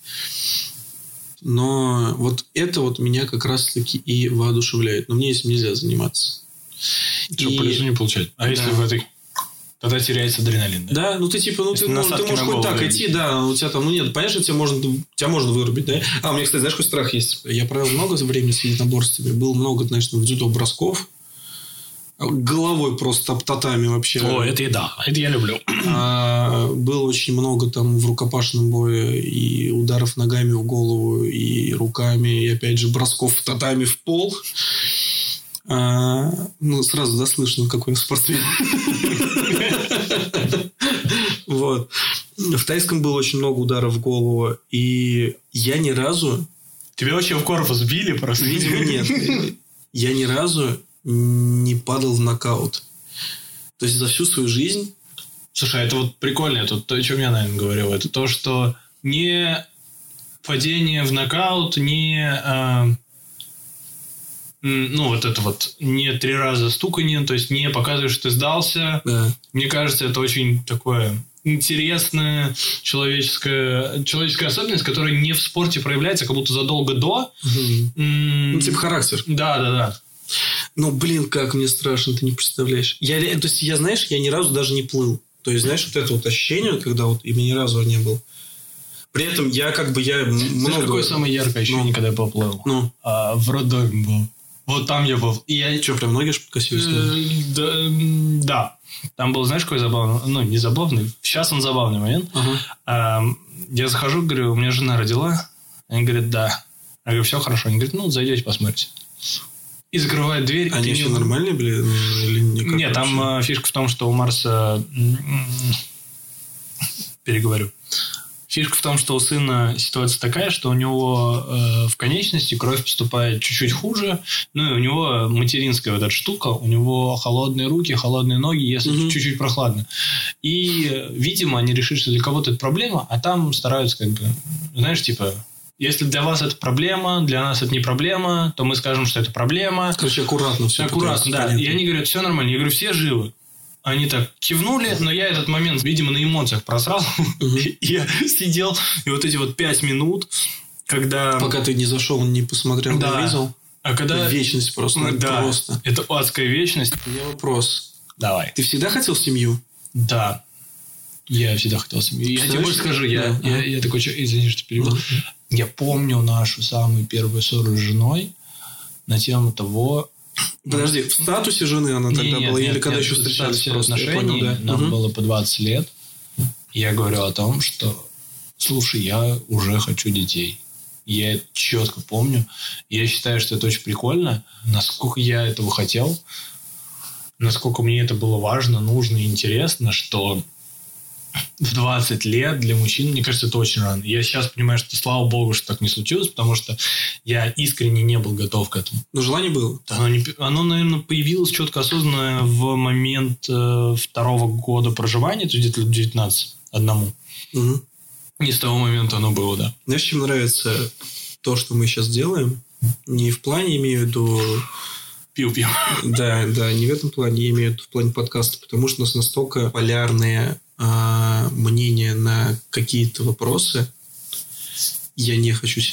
Но вот это вот меня как раз-таки и воодушевляет. Но мне этим нельзя заниматься. Что, пользу не получать? А если в этой... Тогда теряется адреналин, да? Да, ну ты типа, ну ты можешь хоть так идти, да, у тебя там, ну нет, понятно, что тебя можно вырубить, да? А, у меня, кстати, знаешь, какой страх есть? Я провел много времени с единоборствами, было много, конечно, в дзюдо бросков, головой просто об татами вообще. О, это и да, это я люблю. Было очень много там в рукопашном бое и ударов ногами в голову, и руками, и опять же бросков татами в пол. Ну, сразу, да, слышно, какой спортсмен. Вот. В тайском было очень много ударов в голову, и я ни разу... Тебя вообще в корпус били просто? Видимо, нет. Я ни разу не падал в нокаут. То есть, за всю свою жизнь... Слушай, это вот прикольно. Это то, о чем я, наверное, говорил. Это то, что не падение в нокаут, не... ну, вот это вот не 3 раза стуканье, то есть не показываешь, что ты сдался. Да. Мне кажется, это очень такое интересная человеческая особенность, которая не в спорте проявляется, как будто задолго до. Ну, типа характер. Да. Ну, блин, как мне страшно, ты не представляешь. То есть, знаешь, я ни разу даже не плыл. То есть, знаешь, вот это вот ощущение, когда вот именно ни разу не был. При этом я Знаешь, какое самое яркое ощущение, когда я поплыл? В роддоме был. Вот там я был. И я... Что, прям ноги подкосились? Да. Там был, знаешь, какой забавный... Ну, не забавный. Сейчас он забавный момент. Я захожу, говорю, у меня жена родила. Они говорят, да. Я говорю, все хорошо. Они говорят, ну, зайдете, посмотрите. И закрывают дверь. Они все нормальные были? Или никак? Нет, там фишка в том, что у Марса... Переговорю. Фишка в том, что у сына ситуация такая, что у него в конечности кровь поступает чуть-чуть хуже. Ну, и у него материнская вот эта штука. У него холодные руки, холодные ноги, если чуть-чуть прохладно. И, видимо, они решили, что для кого-то это проблема, а там стараются как бы... Знаешь, типа... Если для вас это проблема, для нас это не проблема, то мы скажем, что это проблема. Короче, аккуратно все. Аккуратно, да. Понятно. И они говорят, все нормально. Я говорю, все живы. Они так кивнули, но я этот момент, видимо, на эмоциях просрал. Я сидел, и вот эти вот 5 минут, когда... Пока ты не зашел, не посмотрел, да. не видел. А когда... Вечность просто. Да, просто. это адская вечность. У меня вопрос. Давай. Ты всегда хотел семью? Да. Я всегда хотел семью. Я тебе больше скажу, я такой, извини, что перебил. Я помню нашу самую первую ссору с женой на тему того... Подожди, в статусе жены она тогда была? Или когда еще встречались просто? Отношений, да? Нам было по 20 лет. Я говорю о том, что слушай, я уже хочу детей. Я это четко помню. Я считаю, что это очень прикольно. Насколько я этого хотел, насколько мне это было важно, нужно и интересно, что в 20 лет для мужчин, мне кажется, это очень рано. Я сейчас понимаю, что слава богу, что так не случилось, потому что я искренне не был готов к этому. Но желание было? Оно, наверное, появилось четко осознанно в момент 2-го года проживания, то есть где-то лет 19 одному. И с того момента оно было, да. Знаешь, чем нравится то, что мы сейчас делаем? Не в плане, имею в виду... Пил-пил. Да, не в этом плане, я имею в виду в плане подкаста, потому что у нас настолько полярные мнения на какие-то вопросы. Я не хочу семью.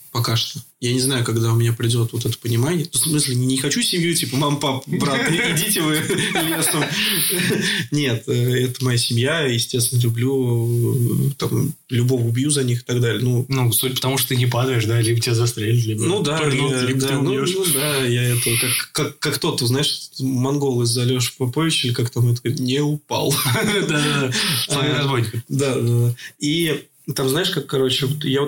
Пока что. Я не знаю, когда у меня придет вот это понимание. В смысле, не хочу семью, типа, мам, пап, брат, идите вы лесом. Нет, это моя семья. Естественно, люблю. Там, любого убью за них и так далее. Ну, суть потому, что ты не падаешь, да? Либо тебя застрелят, либо либо ты убьешь. Я это... Как тот, знаешь, монгол из Алёши Поповича, или как там это, не упал. Да-да-да. Славный разбойник. Да. И там, знаешь, как, короче,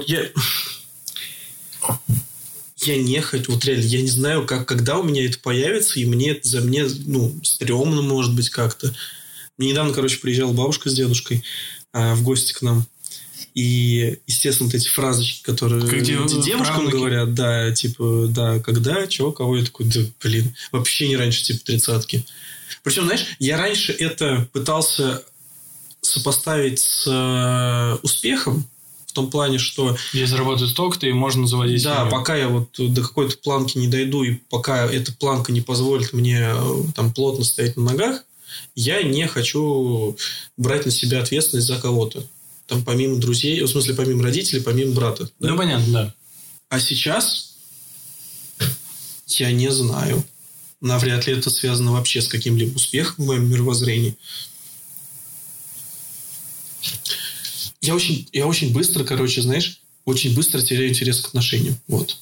я не хочу, вот реально, я не знаю, когда у меня это появится, и мне стрёмно, может быть, как-то. Мне недавно, короче, приезжала бабушка с дедушкой в гости к нам. И, естественно, вот эти фразочки, которые девушкам говорят, да, типа, да, когда, чего, кого, я такой, да, блин, вообще не раньше, типа, 30-ки. Причем, знаешь, я раньше это пытался сопоставить с успехом, в том плане, что... Я заработаю столько-то, и можно заводить семью. Да, пока я вот до какой-то планки не дойду, и пока эта планка не позволит мне там плотно стоять на ногах, я не хочу брать на себя ответственность за кого-то. Там помимо друзей, в смысле, помимо родителей, помимо брата. Да? Ну, понятно, да. А сейчас я не знаю. Навряд ли это связано вообще с каким-либо успехом в моем мировоззрении. Я очень быстро, короче, знаешь, очень быстро теряю интерес к отношениям. Вот.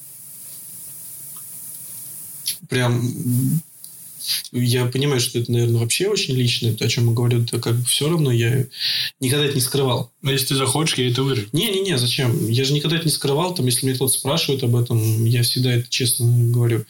Прям... Я понимаю, что это, наверное, вообще очень личное, то, о чем я говорю, это как бы все равно я никогда это не скрывал. Но если ты захочешь, я это вырежу. Не, зачем? Я же никогда это не скрывал. Там, если меня кто-то спрашивает об этом, я всегда это честно говорю.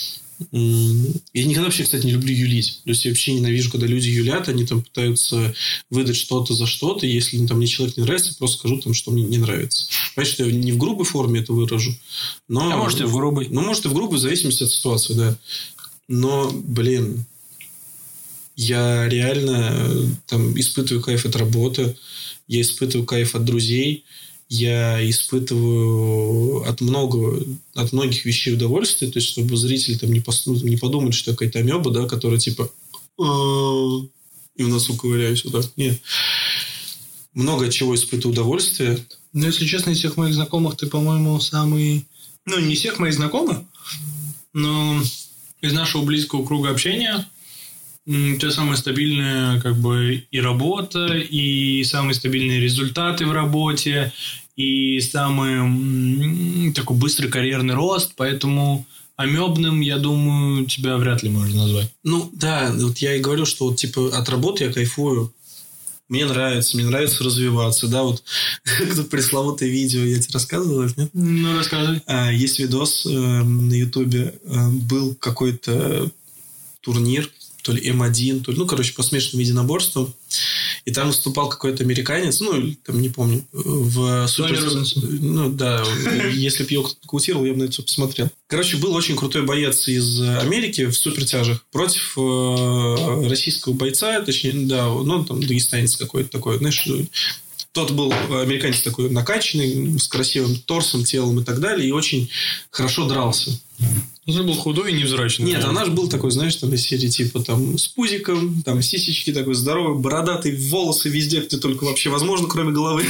Я никогда вообще, кстати, не люблю юлить. То есть, я вообще ненавижу, когда люди юлят, они там пытаются выдать что-то за что-то. Если там мне человек не нравится, я просто скажу, там, что мне не нравится. Понимаешь, что я не в грубой форме это выражу. Но, может, и в грубой. Ну, может, и в грубой, в зависимости от ситуации, да. Но, блин, я реально там испытываю кайф от работы, я испытываю кайф от друзей, я испытываю от многих вещей удовольствие, то есть, чтобы зрители там не подумали, что я какая-то амеба, да, которая типа и в носу ковыряюсь вот так. Нет. Много от чего испытываю удовольствие. Ну, если честно, из всех моих знакомых ты, по-моему, самый... Ну, не всех моих знакомых, но из нашего близкого круга общения у тебя самая стабильная как бы и работа, и самые стабильные результаты в работе, и самый такой быстрый карьерный рост, поэтому амебным, я думаю, тебя вряд ли можно назвать. Ну, да, вот я и говорю, что вот типа от работы я кайфую. Мне нравится развиваться, да, вот это пресловутое видео, я тебе рассказывал, нет? Ну, рассказывай. Есть видос на Ютубе, был какой-то турнир, то ли М1, то ли, по смешанным единоборствам, и там выступал какой-то американец, там не помню, в супер... Ну, да, если бы я каутировал, я бы на это все посмотрел. Короче, был очень крутой боец из Америки в супертяжах против российского бойца, точнее, да, там дагестанец какой-то такой, знаешь, тот был американец такой накачанный, с красивым торсом, телом и так далее, и очень хорошо дрался. Он был худой и невзрачный. Нет, а наш был такой, знаешь, там из серии типа там с пузиком, там сисечки такой здоровый, бородатый, волосы везде, где только вообще возможно, кроме головы.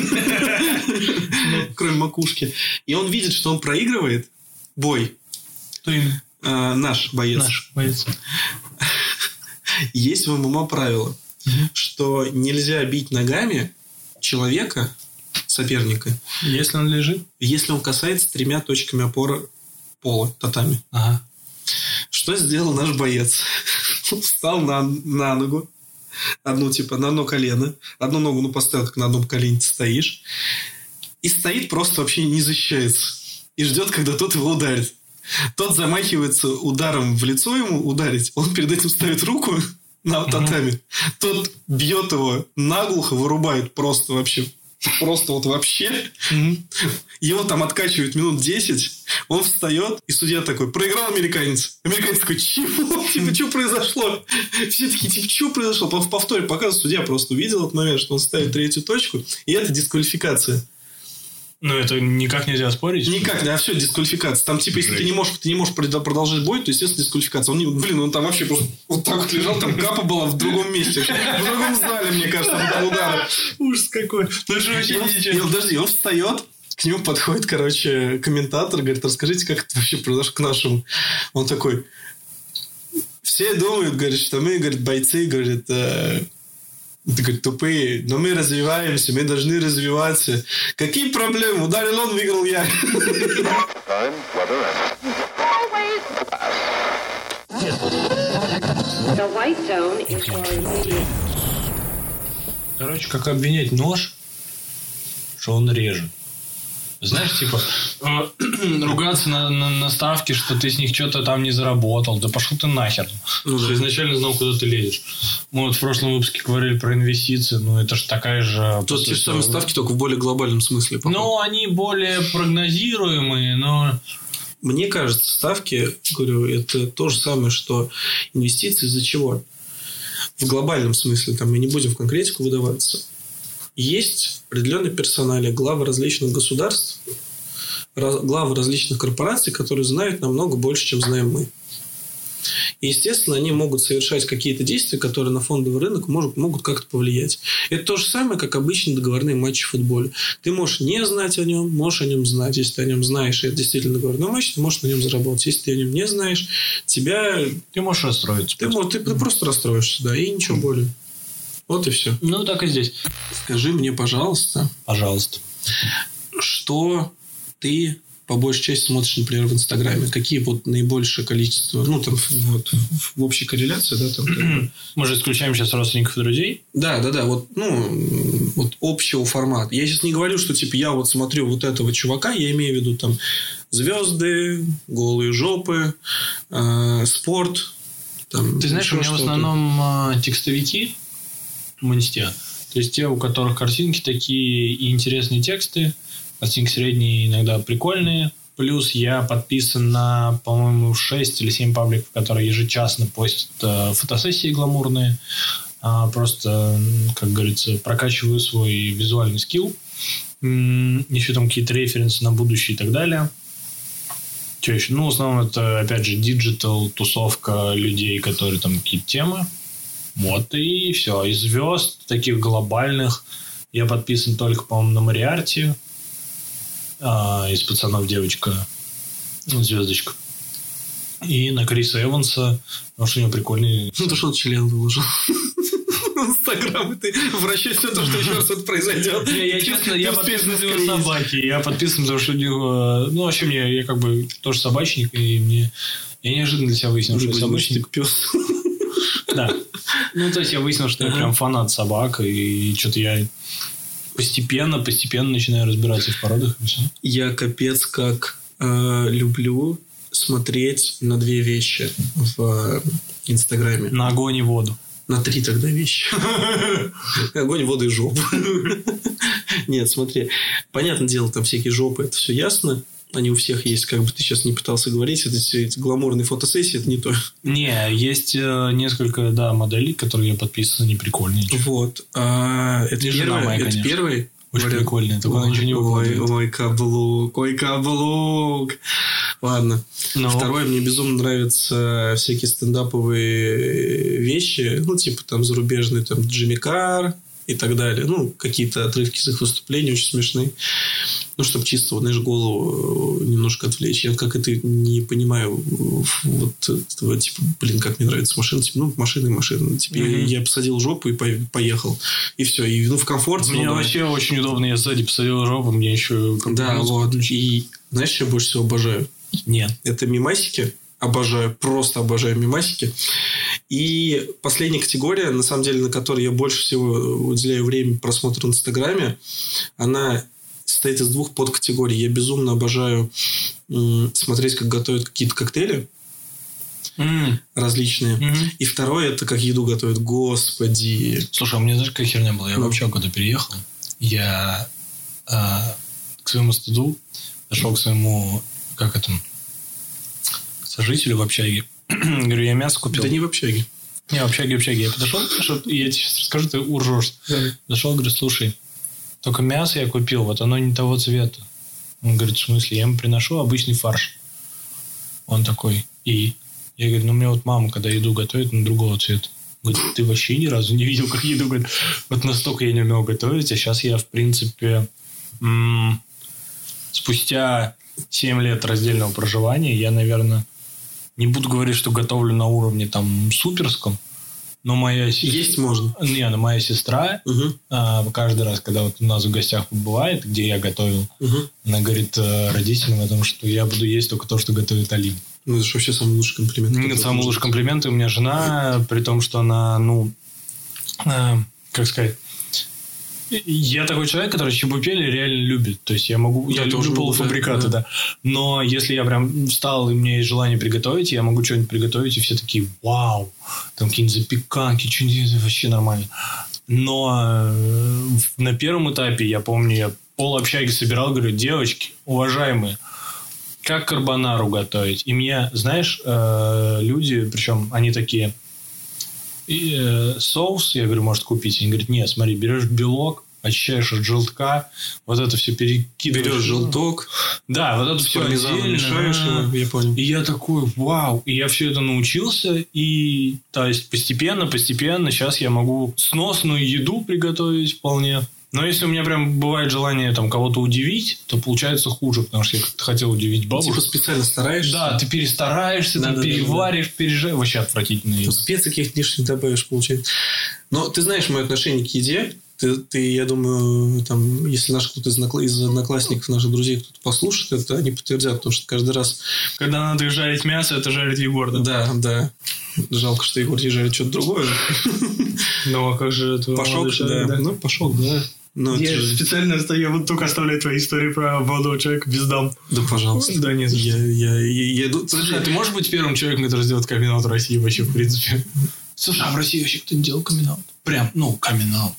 Кроме макушки. И он видит, что он проигрывает бой. Кто именно? Наш боец. Наш боец. Есть в ММА правило, что нельзя бить ногами человека, соперника. Если он лежит? Если он касается 3 точками опоры пола, татами. Ага. Что сделал наш боец? Встал на ногу, одну на одно колено, одну ногу поставил, как на одном колене ты стоишь, и стоит просто вообще не защищается. И ждет, когда тот его ударит. Тот замахивается ударом в лицо ему ударить, он перед этим ставит руку на татами, тот бьет его наглухо, вырубает просто вообще. Просто вот вообще. Его там откачивают минут 10. Он встает, и судья такой: проиграл американец. Американец такой: чего? Типа, что произошло? Все такие, типа, что произошло? В повторе показывает, судья просто увидел этот момент, что он ставит 3-ю точку, и это дисквалификация. Ну, это никак нельзя спорить. Никак, да, все, дисквалификация. Там, типа, если ты не можешь продолжать бой, то, естественно, дисквалификация. Он там вообще просто вот так вот лежал, там капа была в другом месте. В другом зале, мне кажется, от удара. Ужас какой. Подожди, он встает, К нему подходит, короче, комментатор, говорит, расскажите, как это вообще произошло к нашему. Он такой, все думают, говорит, что мы, говорит, бойцы, говорит, говорит, тупые, но мы развиваемся, мы должны развиваться. Какие проблемы? Ударил он, выиграл я. Короче, как обвинять нож, что он режет. Знаешь, типа, ругаться на ставки, что ты с них что-то там не заработал. Да пошел ты нахер. Ну, ты изначально знал, куда ты лезешь. Мы вот в прошлом выпуске говорили про инвестиции, но это же такая же... Тут те же самые ставки, только в более глобальном смысле. Ну, они более прогнозируемые, но... Мне кажется, ставки, говорю, это то же самое, что инвестиции из-за чего? В глобальном смысле, там мы не будем в конкретику выдаваться. Есть определенные персонали, главы различных государств, главы различных корпораций, которые знают намного больше, чем знаем мы. И, естественно, они могут совершать какие-то действия, которые на фондовый рынок могут как-то повлиять. Это то же самое, как обычные договорные матчи в футболе. Ты можешь не знать о нем, можешь о нем знать. Если ты о нем знаешь, и это действительно договорной матч, ты можешь на нем заработать. Если ты о нем не знаешь, ты можешь расстроиться. Ты просто расстроишься, да, и ничего более. Вот и все. Ну, так и здесь. Скажи мне, пожалуйста, что ты по большей части смотришь, например, в Инстаграме? Какие вот наибольшее количество, ну, там, вот, в общей корреляции, да, там... Мы же исключаем сейчас родственников и друзей. Да, вот, ну, вот общего формата. Я сейчас не говорю, что, типа, я вот смотрю вот этого чувака, я имею в виду, там, звезды, голые жопы, спорт, там... Ты знаешь, у меня в основном текстовики в инсте. То есть, те, у которых картинки такие и интересные тексты, картинки средние, иногда прикольные. Плюс я подписан на, по-моему, 6 или 7 пабликов, которые ежечасно постят фотосессии гламурные. Просто, как говорится, прокачиваю свой визуальный скилл. Еще там какие-то референсы на будущее и так далее. Что еще? Ну, в основном это, опять же, диджитал, тусовка людей, которые там какие-то темы. Вот и все. Из звезд таких глобальных я подписан только, по-моему, на Мариарти. Из пацанов девочка, звездочка. И на Криса Эванса, потому что у него прикольный... Ну, то, что он член выложил. Инстаграм, и ты вращаешься то, что еще раз это произойдет. Я честно, я подписан на его собаки. Я подписан, потому что у него... Ну, вообще, я как бы тоже собачник, и мне... Я неожиданно для себя выяснил, что я собачник. Пес. Да. Ну, то есть, я выяснил, что я прям фанат собак, и что-то я... Постепенно начинаю разбираться в породах. И все. Я капец как люблю смотреть на 2 вещи в Инстаграме. На огонь и воду. На 3 тогда вещи. Огонь, воду и жопу. Нет, смотри. Понятное дело, там всякие жопы, это все ясно. Они у всех есть, как бы ты сейчас не пытался говорить, это все эти гламурные фотосессии, это не то. Не, есть несколько, да, моделей, которые я подписан, они прикольные. Вот. Это первый. Очень прикольный, только он ничего не выкладывает. Ой, каблук. Ладно. Второе, мне безумно нравятся всякие стендаповые вещи, ну, типа там зарубежные, там Джимми Карр и так далее. Ну, какие-то отрывки с их выступлений очень смешные. Ну, чтобы чисто, вот, знаешь, голову немножко отвлечь. Я как это не понимаю. Вот, типа, блин, как мне нравится машина. Типа, ну, машина. Типа, я посадил жопу и поехал. И все. И, ну, в комфорте. Мне вообще очень удобно. Я сзади посадил жопу, мне еще... Да, вот. И знаешь, что я больше всего обожаю? Нет. Это мемасики. Обожаю. Просто обожаю мемасики. И последняя категория, на самом деле, на которой я больше всего уделяю время просмотру в Инстаграме, она состоит из 2 подкатегорий. Я безумно обожаю смотреть, как готовят какие-то коктейли различные. И второе, это как еду готовят. Господи. Слушай, у меня, знаешь, какая херня была? Я вообще куда переехал. Я к своему стыду зашел к своему, сожителю в общаге. Говорю, я мясо купил. Да не в общаге. Не, в общаге. Я подошел, я тебе сейчас расскажу, ты уржешь. Зашел, говорю, слушай, только мясо я купил, вот оно не того цвета. Он говорит, в смысле? Я ему приношу обычный фарш. Он такой, и? Я говорю, ну, мне вот мама, когда еду готовит, на другого цвета. Говорит, ты вообще ни разу не видел, как еду готовит? Вот настолько я не умел готовить, а сейчас я, в принципе, спустя 7 лет раздельного проживания я, наверное, не буду говорить, что готовлю на уровне там суперском, но моя сестра... Есть можно. Не, но моя сестра каждый раз, когда вот у нас в гостях бывает, где я готовил, она говорит родителям о том, что я буду есть только то, что готовит Алина. Ну, это же вообще самый лучший комплимент. Нет, самый лучший комплимент. И у меня жена, при том, что она, как сказать... Я такой человек, который чебупели реально любит. То есть я люблю полуфабрикаты, да. Но если я прям встал, и у меня есть желание приготовить, я могу что-нибудь приготовить, и все такие, вау, там какие-нибудь запеканки, что-нибудь вообще нормально. Но на первом этапе, я помню, я полобщаги собирал, говорю, девочки, уважаемые, как карбонару готовить? И мне, знаешь, люди, причем они такие... соус, я говорю, может купить. Они говорят, нет, смотри, берешь белок, очищаешь от желтка, вот это все перекидываешь. Берешь желток. Да, вот это все отдельно. Мешаешь его, я понял. И я такой, вау. И я все это научился. И, то есть, постепенно, сейчас я могу сносную еду приготовить вполне. Но если у меня прям бывает желание там кого-то удивить, то получается хуже, потому что я как-то хотел удивить бабушку. Типа специально стараешься? Да, ты перестараешься, переваришь, переживаешь. Вообще отвратительно. Специй каких-то лишних добавишь, получается. Но ты знаешь мое отношение к еде. Ты, я думаю, там, если наш кто-то из одноклассников, наших друзей кто-то послушает, это они подтвердят, потому что каждый раз... Когда надо жарить мясо, это жарит Егор, да? Да. Жалко, что Егор не жарит что-то другое. Ну, а как же это? Пашок, да. Ну, Пашок, да. Я специально я вот только оставляю твои истории про молодого человека без дам. Да, пожалуйста. Да, нет. Слушай, а ты можешь быть первым человеком, который сделает камин-аут в России вообще, в принципе? Слушай, а в России вообще кто-нибудь делал камин-аут? Прям, камин-аут.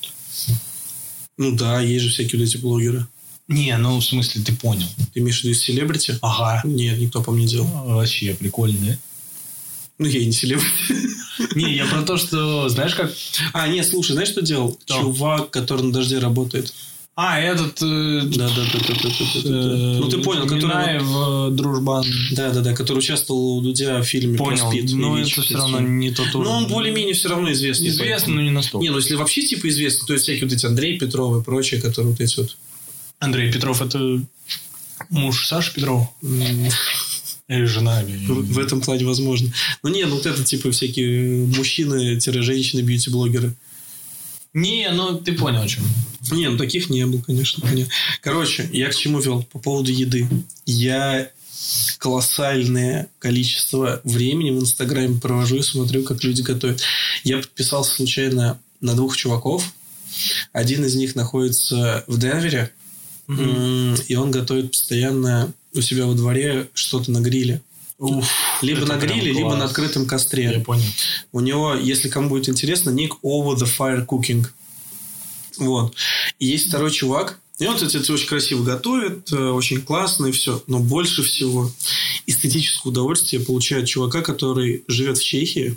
Ну да, есть же всякие вот эти блогеры. Не, в смысле, ты понял. Ты имеешь в виду селебрити? Ага. Нет, никто по мне делал. Вообще прикольно, да? Ну, я и не селебрити. Не, я про то, что, знаешь как... нет, слушай, знаешь, что делал? Чувак, который на дожде работает. Этот... Да. Ну, ты понял, который... Дружбан. Да, который участвовал у Дудя в фильме про Спид. Но это все равно не тот уровень. Ну, он более-менее все равно известный. Известный, но не настолько. Не, если вообще типа известный, то есть всякие вот эти Андрей Петров и прочие, которые вот эти вот... Андрей Петров – это муж Саши Петрова? Или жена? В этом плане возможно. Ну, вот это типа всякие мужчины-женщины бьюти-блогеры. Не, ты понял, о чем. Не, таких не было, конечно. Короче, я к чему вел? По поводу еды. Я колоссальное количество времени в Инстаграме провожу и смотрю, как люди готовят. Я подписался случайно на 2 чуваков. Один из них находится в Денвере. И он готовит постоянно у себя во дворе что-то на гриле. Либо на гриле, либо на открытом костре. Я понял. У него, если кому будет интересно, ник Over the Fire Cooking. Вот. И есть второй чувак. И он, кстати, очень красиво готовит, очень классно и все. Но больше всего эстетическое удовольствие получает чувака, который живет в Чехии.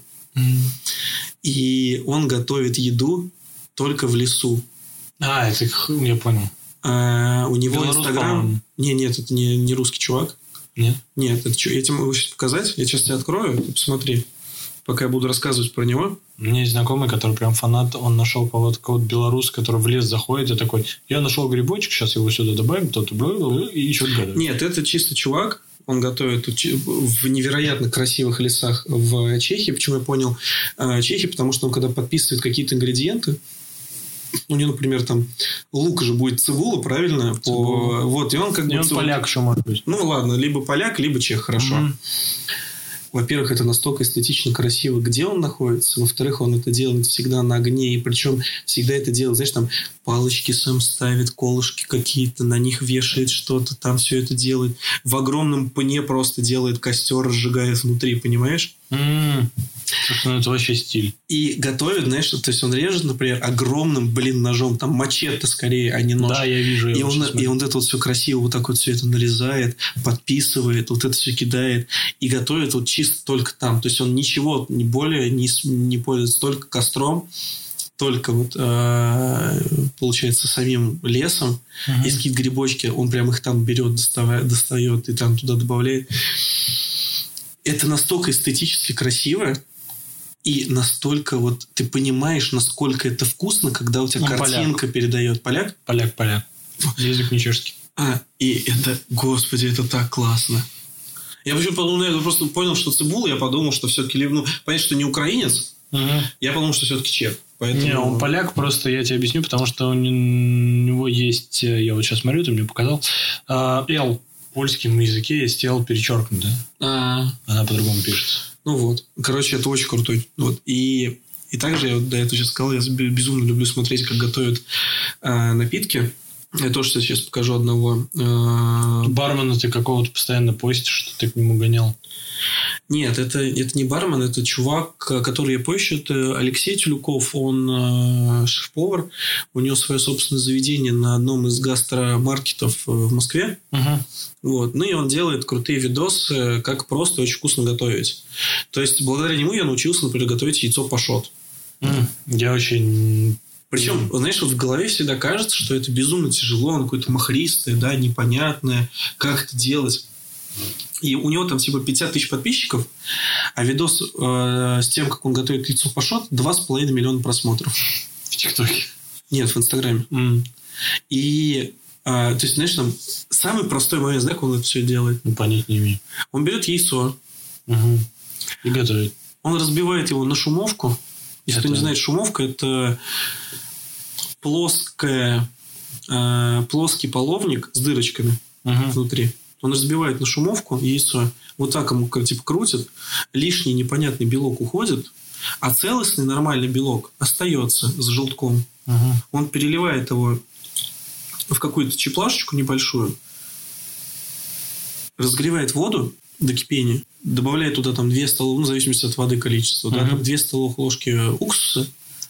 И он готовит еду только в лесу. Это я понял. У него Инстаграм... Нет, это не русский чувак. Нет? Нет, это что? Я тебе могу сейчас показать. Я сейчас тебе открою. Ты посмотри. Пока я буду рассказывать про него. У меня есть знакомый, который прям фанат. Он нашел кого-то белоруса, который в лес заходит и такой: я нашел грибочек, сейчас его сюда добавим, и что-то готовит. Нет, это чисто чувак. Он готовит в невероятно красивых лесах в Чехии. Почему я понял Чехии? Потому что он, когда подписывает какие-то ингредиенты, у него, например, там лук же будет цибула, правильно? Вот, и он как бы... он поляк еще может быть. Ну, ладно, либо поляк, либо чех, хорошо. Во-первых, это настолько эстетично красиво, где он находится. Во-вторых, он это делает всегда на огне. И причем всегда это делает, знаешь, там палочки сам ставит, колышки какие-то, на них вешает что-то, там все это делает. В огромном пне просто делает костер, разжигает внутри, понимаешь? Собственно, это вообще стиль. И готовит, знаешь, то есть он режет, например, огромным, ножом, там мачете скорее, а не нож. Да, я вижу. И он это вот все красиво вот так вот все это нарезает, подписывает, вот это все кидает и готовит вот чисто только там. То есть он ничего не более не пользуется, только костром, только вот получается самим лесом. Есть какие-то грибочки, он прям их там берет, достает и там туда добавляет. Это настолько эстетически красиво. И настолько вот ты понимаешь, насколько это вкусно, когда у тебя картинка передает. Поляк? Поляк. Язык не чешский. И это, господи, это так классно. Я почему подумал, я просто понял, что Цибула, я подумал, что все-таки, понятно, что не украинец, я подумал, что все-таки чех. Поэтому... Не, он поляк, просто я тебе объясню, потому что у него есть, я вот сейчас смотрю, ты мне показал, L в польском языке есть L перечеркнуто. Она по-другому пишется. Ну вот. Короче, это очень крутой. Вот. И также, я вот до этого сейчас сказал, я безумно люблю смотреть, как готовят напитки. Я тоже сейчас покажу одного. Бармена ты какого-то постоянно постишь, что ты к нему гонял. Нет, это не бармен, это чувак, который я позже, это Алексей Тюлюков, он шеф-повар, у него свое собственное заведение на одном из гастромаркетов в Москве. Вот. Ну и он делает крутые видосы, как просто очень вкусно готовить. То есть, благодаря нему я научился, например, готовить яйцо пашот. Я очень... Причем, знаешь, вот в голове всегда кажется, что это безумно тяжело, оно какое-то махристое, да, непонятное, как это делать. И у него там типа 50 тысяч подписчиков, а видос с тем, как он готовит яйцо пашот, 2,5 миллиона просмотров. В ТикТоке? Нет, в Инстаграме. И, то есть, знаешь, там самый простой момент, знаешь, как он это все делает? Ну, понять не имею. Он берет яйцо. И готовит. Он разбивает его на шумовку. Если кто не знает, шумовка – это плоский половник с дырочками внутри. Он разбивает на шумовку яйцо, вот так ему типа крутит, лишний непонятный белок уходит, а целостный нормальный белок остается с желтком. Он переливает его в какую-то чеплашечку небольшую, разогревает воду до кипения, добавляет туда там 2 столовых, ну, в зависимости от воды количества, да, 2 столовых ложки уксуса.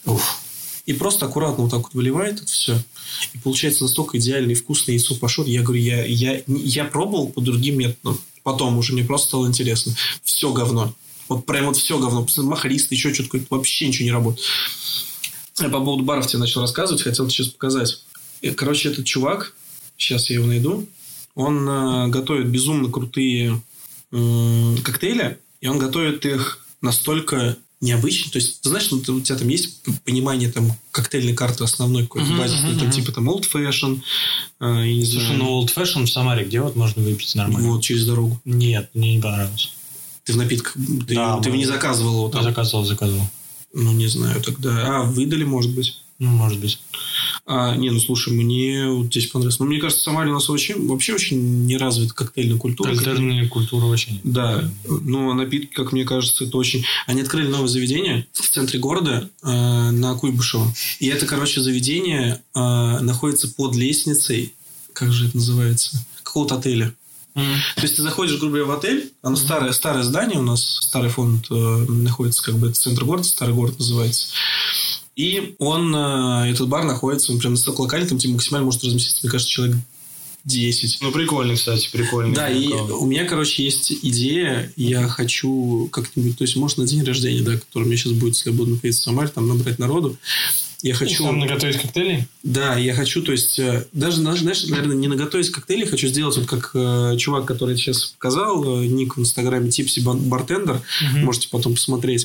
И просто аккуратно вот так вот выливает это все. И получается настолько идеальный вкусный яйцо пашот. Я говорю, я пробовал по другим методам. Потом уже мне просто стало интересно. Все говно. Вот прям вот все говно. Махристый, еще что-то. Вообще ничего не работает. Я по поводу баров тебе начал рассказывать. Хотел тебе сейчас показать. Короче, этот чувак, сейчас я его найду, он готовит безумно крутые коктейли. И он готовит их настолько... необычно. То есть, ты знаешь, у тебя там есть понимание там коктейльной карты основной какой-то базисной, там типа там Old Fashion. Слушай, ну Old Fashion в Самаре, где вот можно выпить нормально? Вот, через дорогу. Нет, мне не понравилось. Ты в напитках... Ты его не заказывал его там? Я заказывал. Ну, не знаю тогда. Выдали, может быть. Ну, может быть. Ну, слушай, мне вот здесь понравилось. Ну, мне кажется, в Самаре у нас вообще очень не развита коктейльная культура. Коктейльная культура вообще нет. Да. Но напитки, как мне кажется, это очень... Они открыли новое заведение в центре города на Куйбышево. И это, короче, заведение находится под лестницей. Как же это называется? Какого-то отеля. То есть, ты заходишь, грубо говоря, в отель. Оно старое здание у нас. Старый фонд находится, как бы, это центр города. Старый город называется. И этот бар находится, он прям настолько локальный, там типа максимально может разместиться, мне кажется, человек 10. Ну, прикольный, кстати, прикольный. Да, и у меня, короче, есть идея, я хочу как-нибудь, то есть, может, на день рождения, да, который у меня сейчас будет, если я буду находиться в Самаре, там набрать народу. Я хочу... Сам наготовить коктейли? Да, я хочу, то есть, даже, знаешь, наверное, не наготовить коктейли, хочу сделать вот как чувак, который сейчас показал, ник в Инстаграме, Tipsy Bartender, можете потом посмотреть.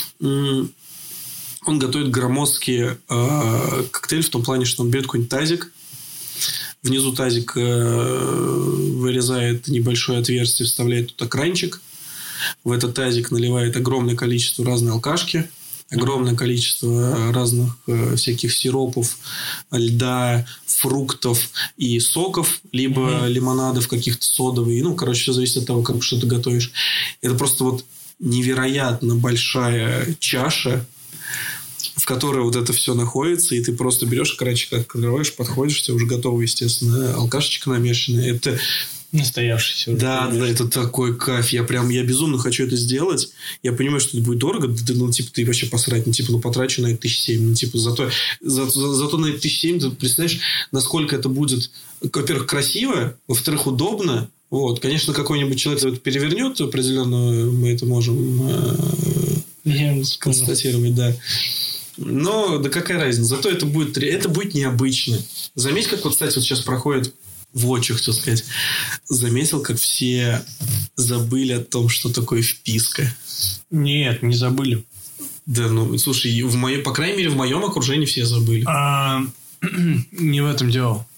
Он готовит громоздкий коктейль в том плане, что он берет какой-нибудь тазик, внизу тазик вырезает небольшое отверстие, вставляет туда кранчик, в этот тазик наливает огромное количество разной алкашки, огромное количество разных всяких сиропов, льда, фруктов и соков, либо лимонадов каких-то содовых. Ну, короче, все зависит от того, как что ты готовишь. Это просто вот невероятно большая чаша, в которой вот это все находится, и ты просто берешь кранчик, открываешь, подходишь, у тебя уже готово, естественно, алкашечка намешанная. Это настоявшийся. Да, это такой кайф. Я безумно хочу это сделать. Я понимаю, что это будет дорого. Ты вообще посрать. Потрачу на это 1700. Зато на это 1700 ты представляешь, насколько это будет, во-первых, красиво, во-вторых, удобно. Вот. Конечно, какой-нибудь человек это перевернет определенно, мы это можем констатировать, да. Но да какая разница? Зато это будет необычно. Заметь, как вот, кстати, вот сейчас проходит вот что хотел сказать. Заметил, как все забыли о том, что такое вписка? Нет, не забыли. Да, ну, слушай, по крайней мере, в моем окружении все забыли. Не в этом дело.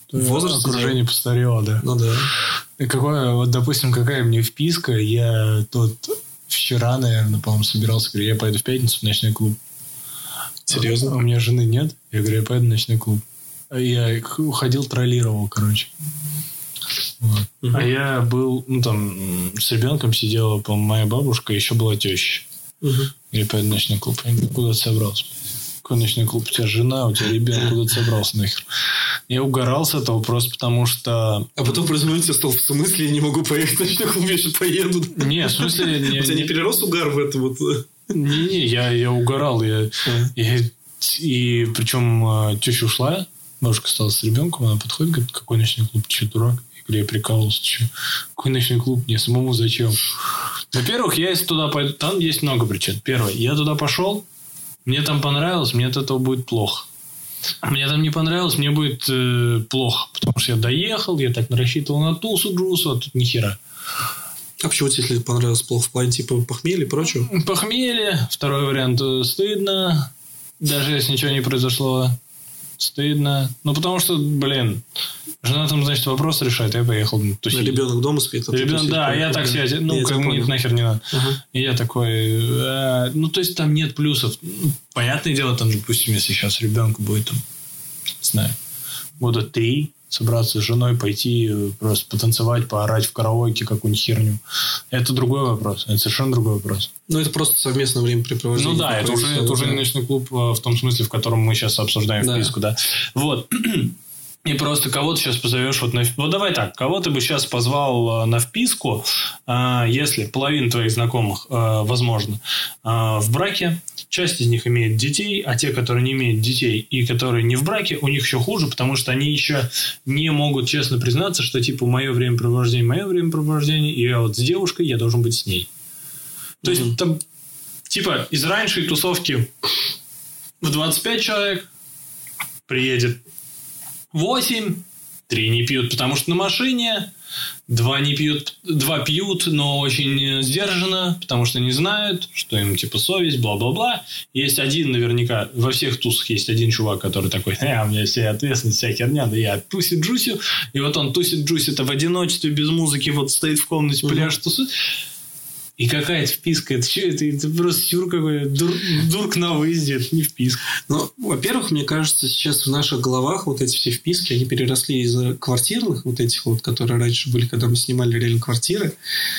Возраст окружение постарело, да. Ну да. И допустим, какая мне вписка, я вчера, наверное, по-моему, собирался, говорю, я поеду в пятницу в ночной клуб. Серьезно? У меня жены нет. Я говорю, я поеду в ночной клуб. Я ходил, троллировал, короче. Вот. А я был, с ребенком сидела, по-моему, моя бабушка, еще была теща. Я поеду в ночной клуб. Я говорю, куда ты собрался? Какой ночной клуб? У тебя жена, у тебя ребенок, куда ты собрался нахер? Я угорал с этого просто потому, что... А потом разумеется, стал в смысле, я не могу поехать в ночной клуб, я еще поеду. Не, в смысле... У тебя не перерос угар в это вот? Не, я угорал. И причем теща ушла, бабушка осталась с ребенком, она подходит, говорит, какой ночной клуб, ты что, дурак? Я говорю, я прикалывался, что? Какой ночной клуб? Мне самому зачем? Во-первых, я если туда пойду, там есть много причин. Первое, я туда пошел, мне там понравилось, мне от этого будет плохо. Мне там не понравилось, мне будет плохо, потому что я доехал, я так рассчитывал на тусу-джусу, а тут ни хера. А почему, если понравилось плохо в плане типа похмелья и прочего? Похмелье. Второй вариант стыдно. Даже если ничего не произошло. Стыдно. Потому что, жена там, значит, вопрос решает. Я поехал тусить. Ребенок дома спит. Ребенок, да, я так себя... мне нахер не надо. И я такой... то есть, там нет плюсов. Понятное дело, там, допустим, если сейчас ребенку будет, там, не знаю, года 3... собраться с женой, пойти просто потанцевать, поорать в караоке какую-нибудь херню. Это другой вопрос. Это совершенно другой вопрос. Это просто совместное времяпрепровождение. Ну да, это уже не ночной клуб в том смысле, в котором мы сейчас обсуждаем вписку, да. Вот. И просто кого ты сейчас позовешь вот давай так, кого ты бы сейчас позвал на вписку, если половина твоих знакомых, возможно, в браке, часть из них имеет детей, а те, которые не имеют детей и которые не в браке, у них еще хуже, потому что они еще не могут честно признаться, что типа мое времяпровождение, и я вот с девушкой, я должен быть с ней. То есть там типа из раньшей тусовки в 25 человек приедет 8, 3 не пьют, потому что на машине, 2 не пьют, 2 пьют, но очень сдержанно, потому что не знают, что им типа совесть, бла-бла-бла. Есть один наверняка, во всех тусах есть один чувак, который такой, у меня вся ответственность, вся херня, да я тусит-джусю, и вот он тусит-джусит, а в одиночестве, без музыки, вот стоит в комнате, пляж, тусит. И какая-то вписка, это что? Это просто сюр какой, дурк на выезде, это не вписка. Во-первых, мне кажется, сейчас в наших головах вот эти все вписки, они переросли из квартирных вот этих вот, которые раньше были, когда мы снимали реально квартиры,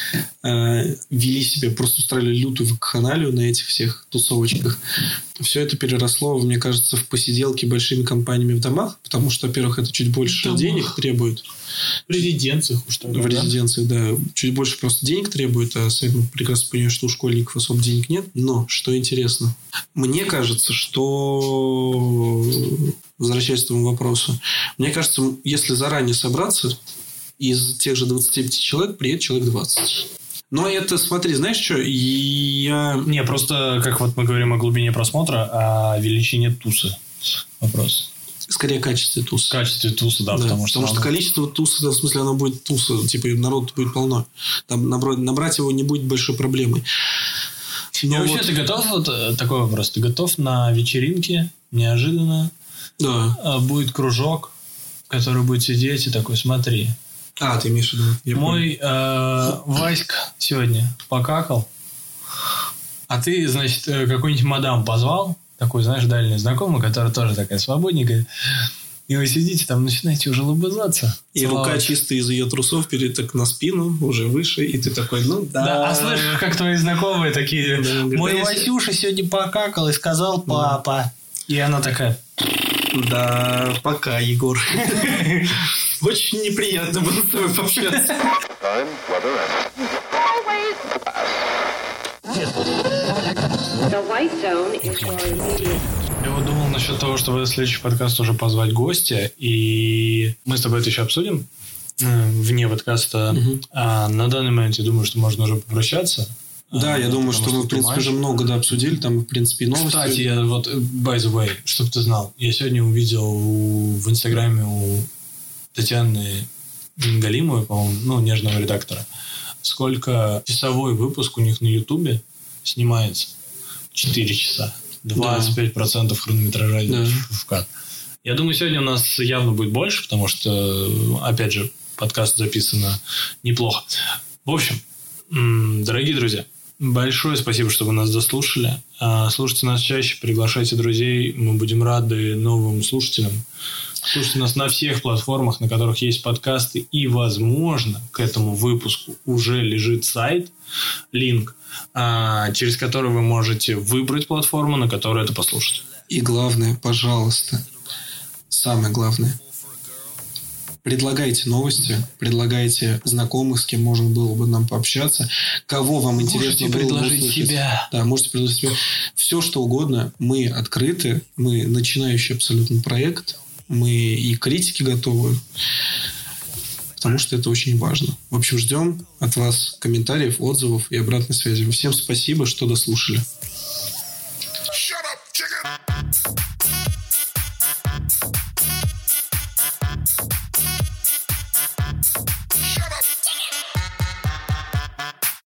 вели себя, просто устраивали лютую вакханалию на этих всех тусовочках. Все это переросло, мне кажется, в посиделки большими компаниями в домах, потому что, во-первых, это чуть больше денег требует. В резиденциях уж тогда. В резиденциях, да. Чуть больше просто денег требует, а сами прекрасно понимаю, что у школьников особо денег нет. Но, что интересно, мне кажется, что... Возвращаясь к твоему вопросу. Мне кажется, если заранее собраться, из тех же 25 человек приедет человек 20. Но это, смотри, знаешь что, Не, просто, как вот мы говорим о глубине просмотра, о величине тусы. Вопрос. Скорее, качестве туса. В качестве туса, да. Потому что количество туса, в смысле, оно будет туса. Типа, народ будет полно. Там набрать его не будет большой проблемой. Но вообще, ты готов? Вот такой вопрос. Ты готов на вечеринке неожиданно? Да. Будет кружок, который будет сидеть и такой, смотри. Ты имеешь в виду? Мой Васька сегодня покакал. А ты, значит, какую-нибудь мадам позвал, такой, знаешь, дальний знакомый, которая тоже такая свободненькая. И вы сидите там, начинаете уже лобызаться. И рука чисто из ее трусов так на спину, уже выше. И ты такой, Да, а слышишь, как твои знакомые такие. Мой Васюша сегодня покакал и сказал папа. И она такая... Да, пока, Егор. Очень неприятно было с тобой пообщаться. Я вот думал насчет того, чтобы в следующий подкаст уже позвать гостя, и мы с тобой это еще обсудим вне подкаста. А на данный момент я думаю, что можно уже попрощаться. Да, я думаю, что мы, в принципе, уже много обсудили. Там, в принципе, новости. Кстати, я вот, by the way, чтобы ты знал, я сегодня увидел в Инстаграме у Татьяны Галимовой, по-моему, нежного редактора, сколько часовой выпуск у них на Ютубе снимается. 4 часа. 25% хронометража идет в кат. Я думаю, сегодня у нас явно будет больше, потому что, опять же, подкаст записано неплохо. В общем, дорогие друзья, большое спасибо, что вы нас дослушали. Слушайте нас чаще, приглашайте друзей. Мы будем рады новым слушателям. Слушайте нас на всех платформах, на которых есть подкасты. И, возможно, к этому выпуску уже лежит сайт, линк, через который вы можете выбрать платформу, на которой это послушать. И главное, пожалуйста, самое главное, предлагайте новости, предлагайте знакомых, с кем можно было бы нам пообщаться, кого вам интересно было бы предложить себя. Да, можете предложить себя. Все, что угодно. Мы открыты, мы начинающий абсолютно проект, мы и критики готовы, потому что это очень важно. В общем, ждем от вас комментариев, отзывов и обратной связи. Всем спасибо, что дослушали.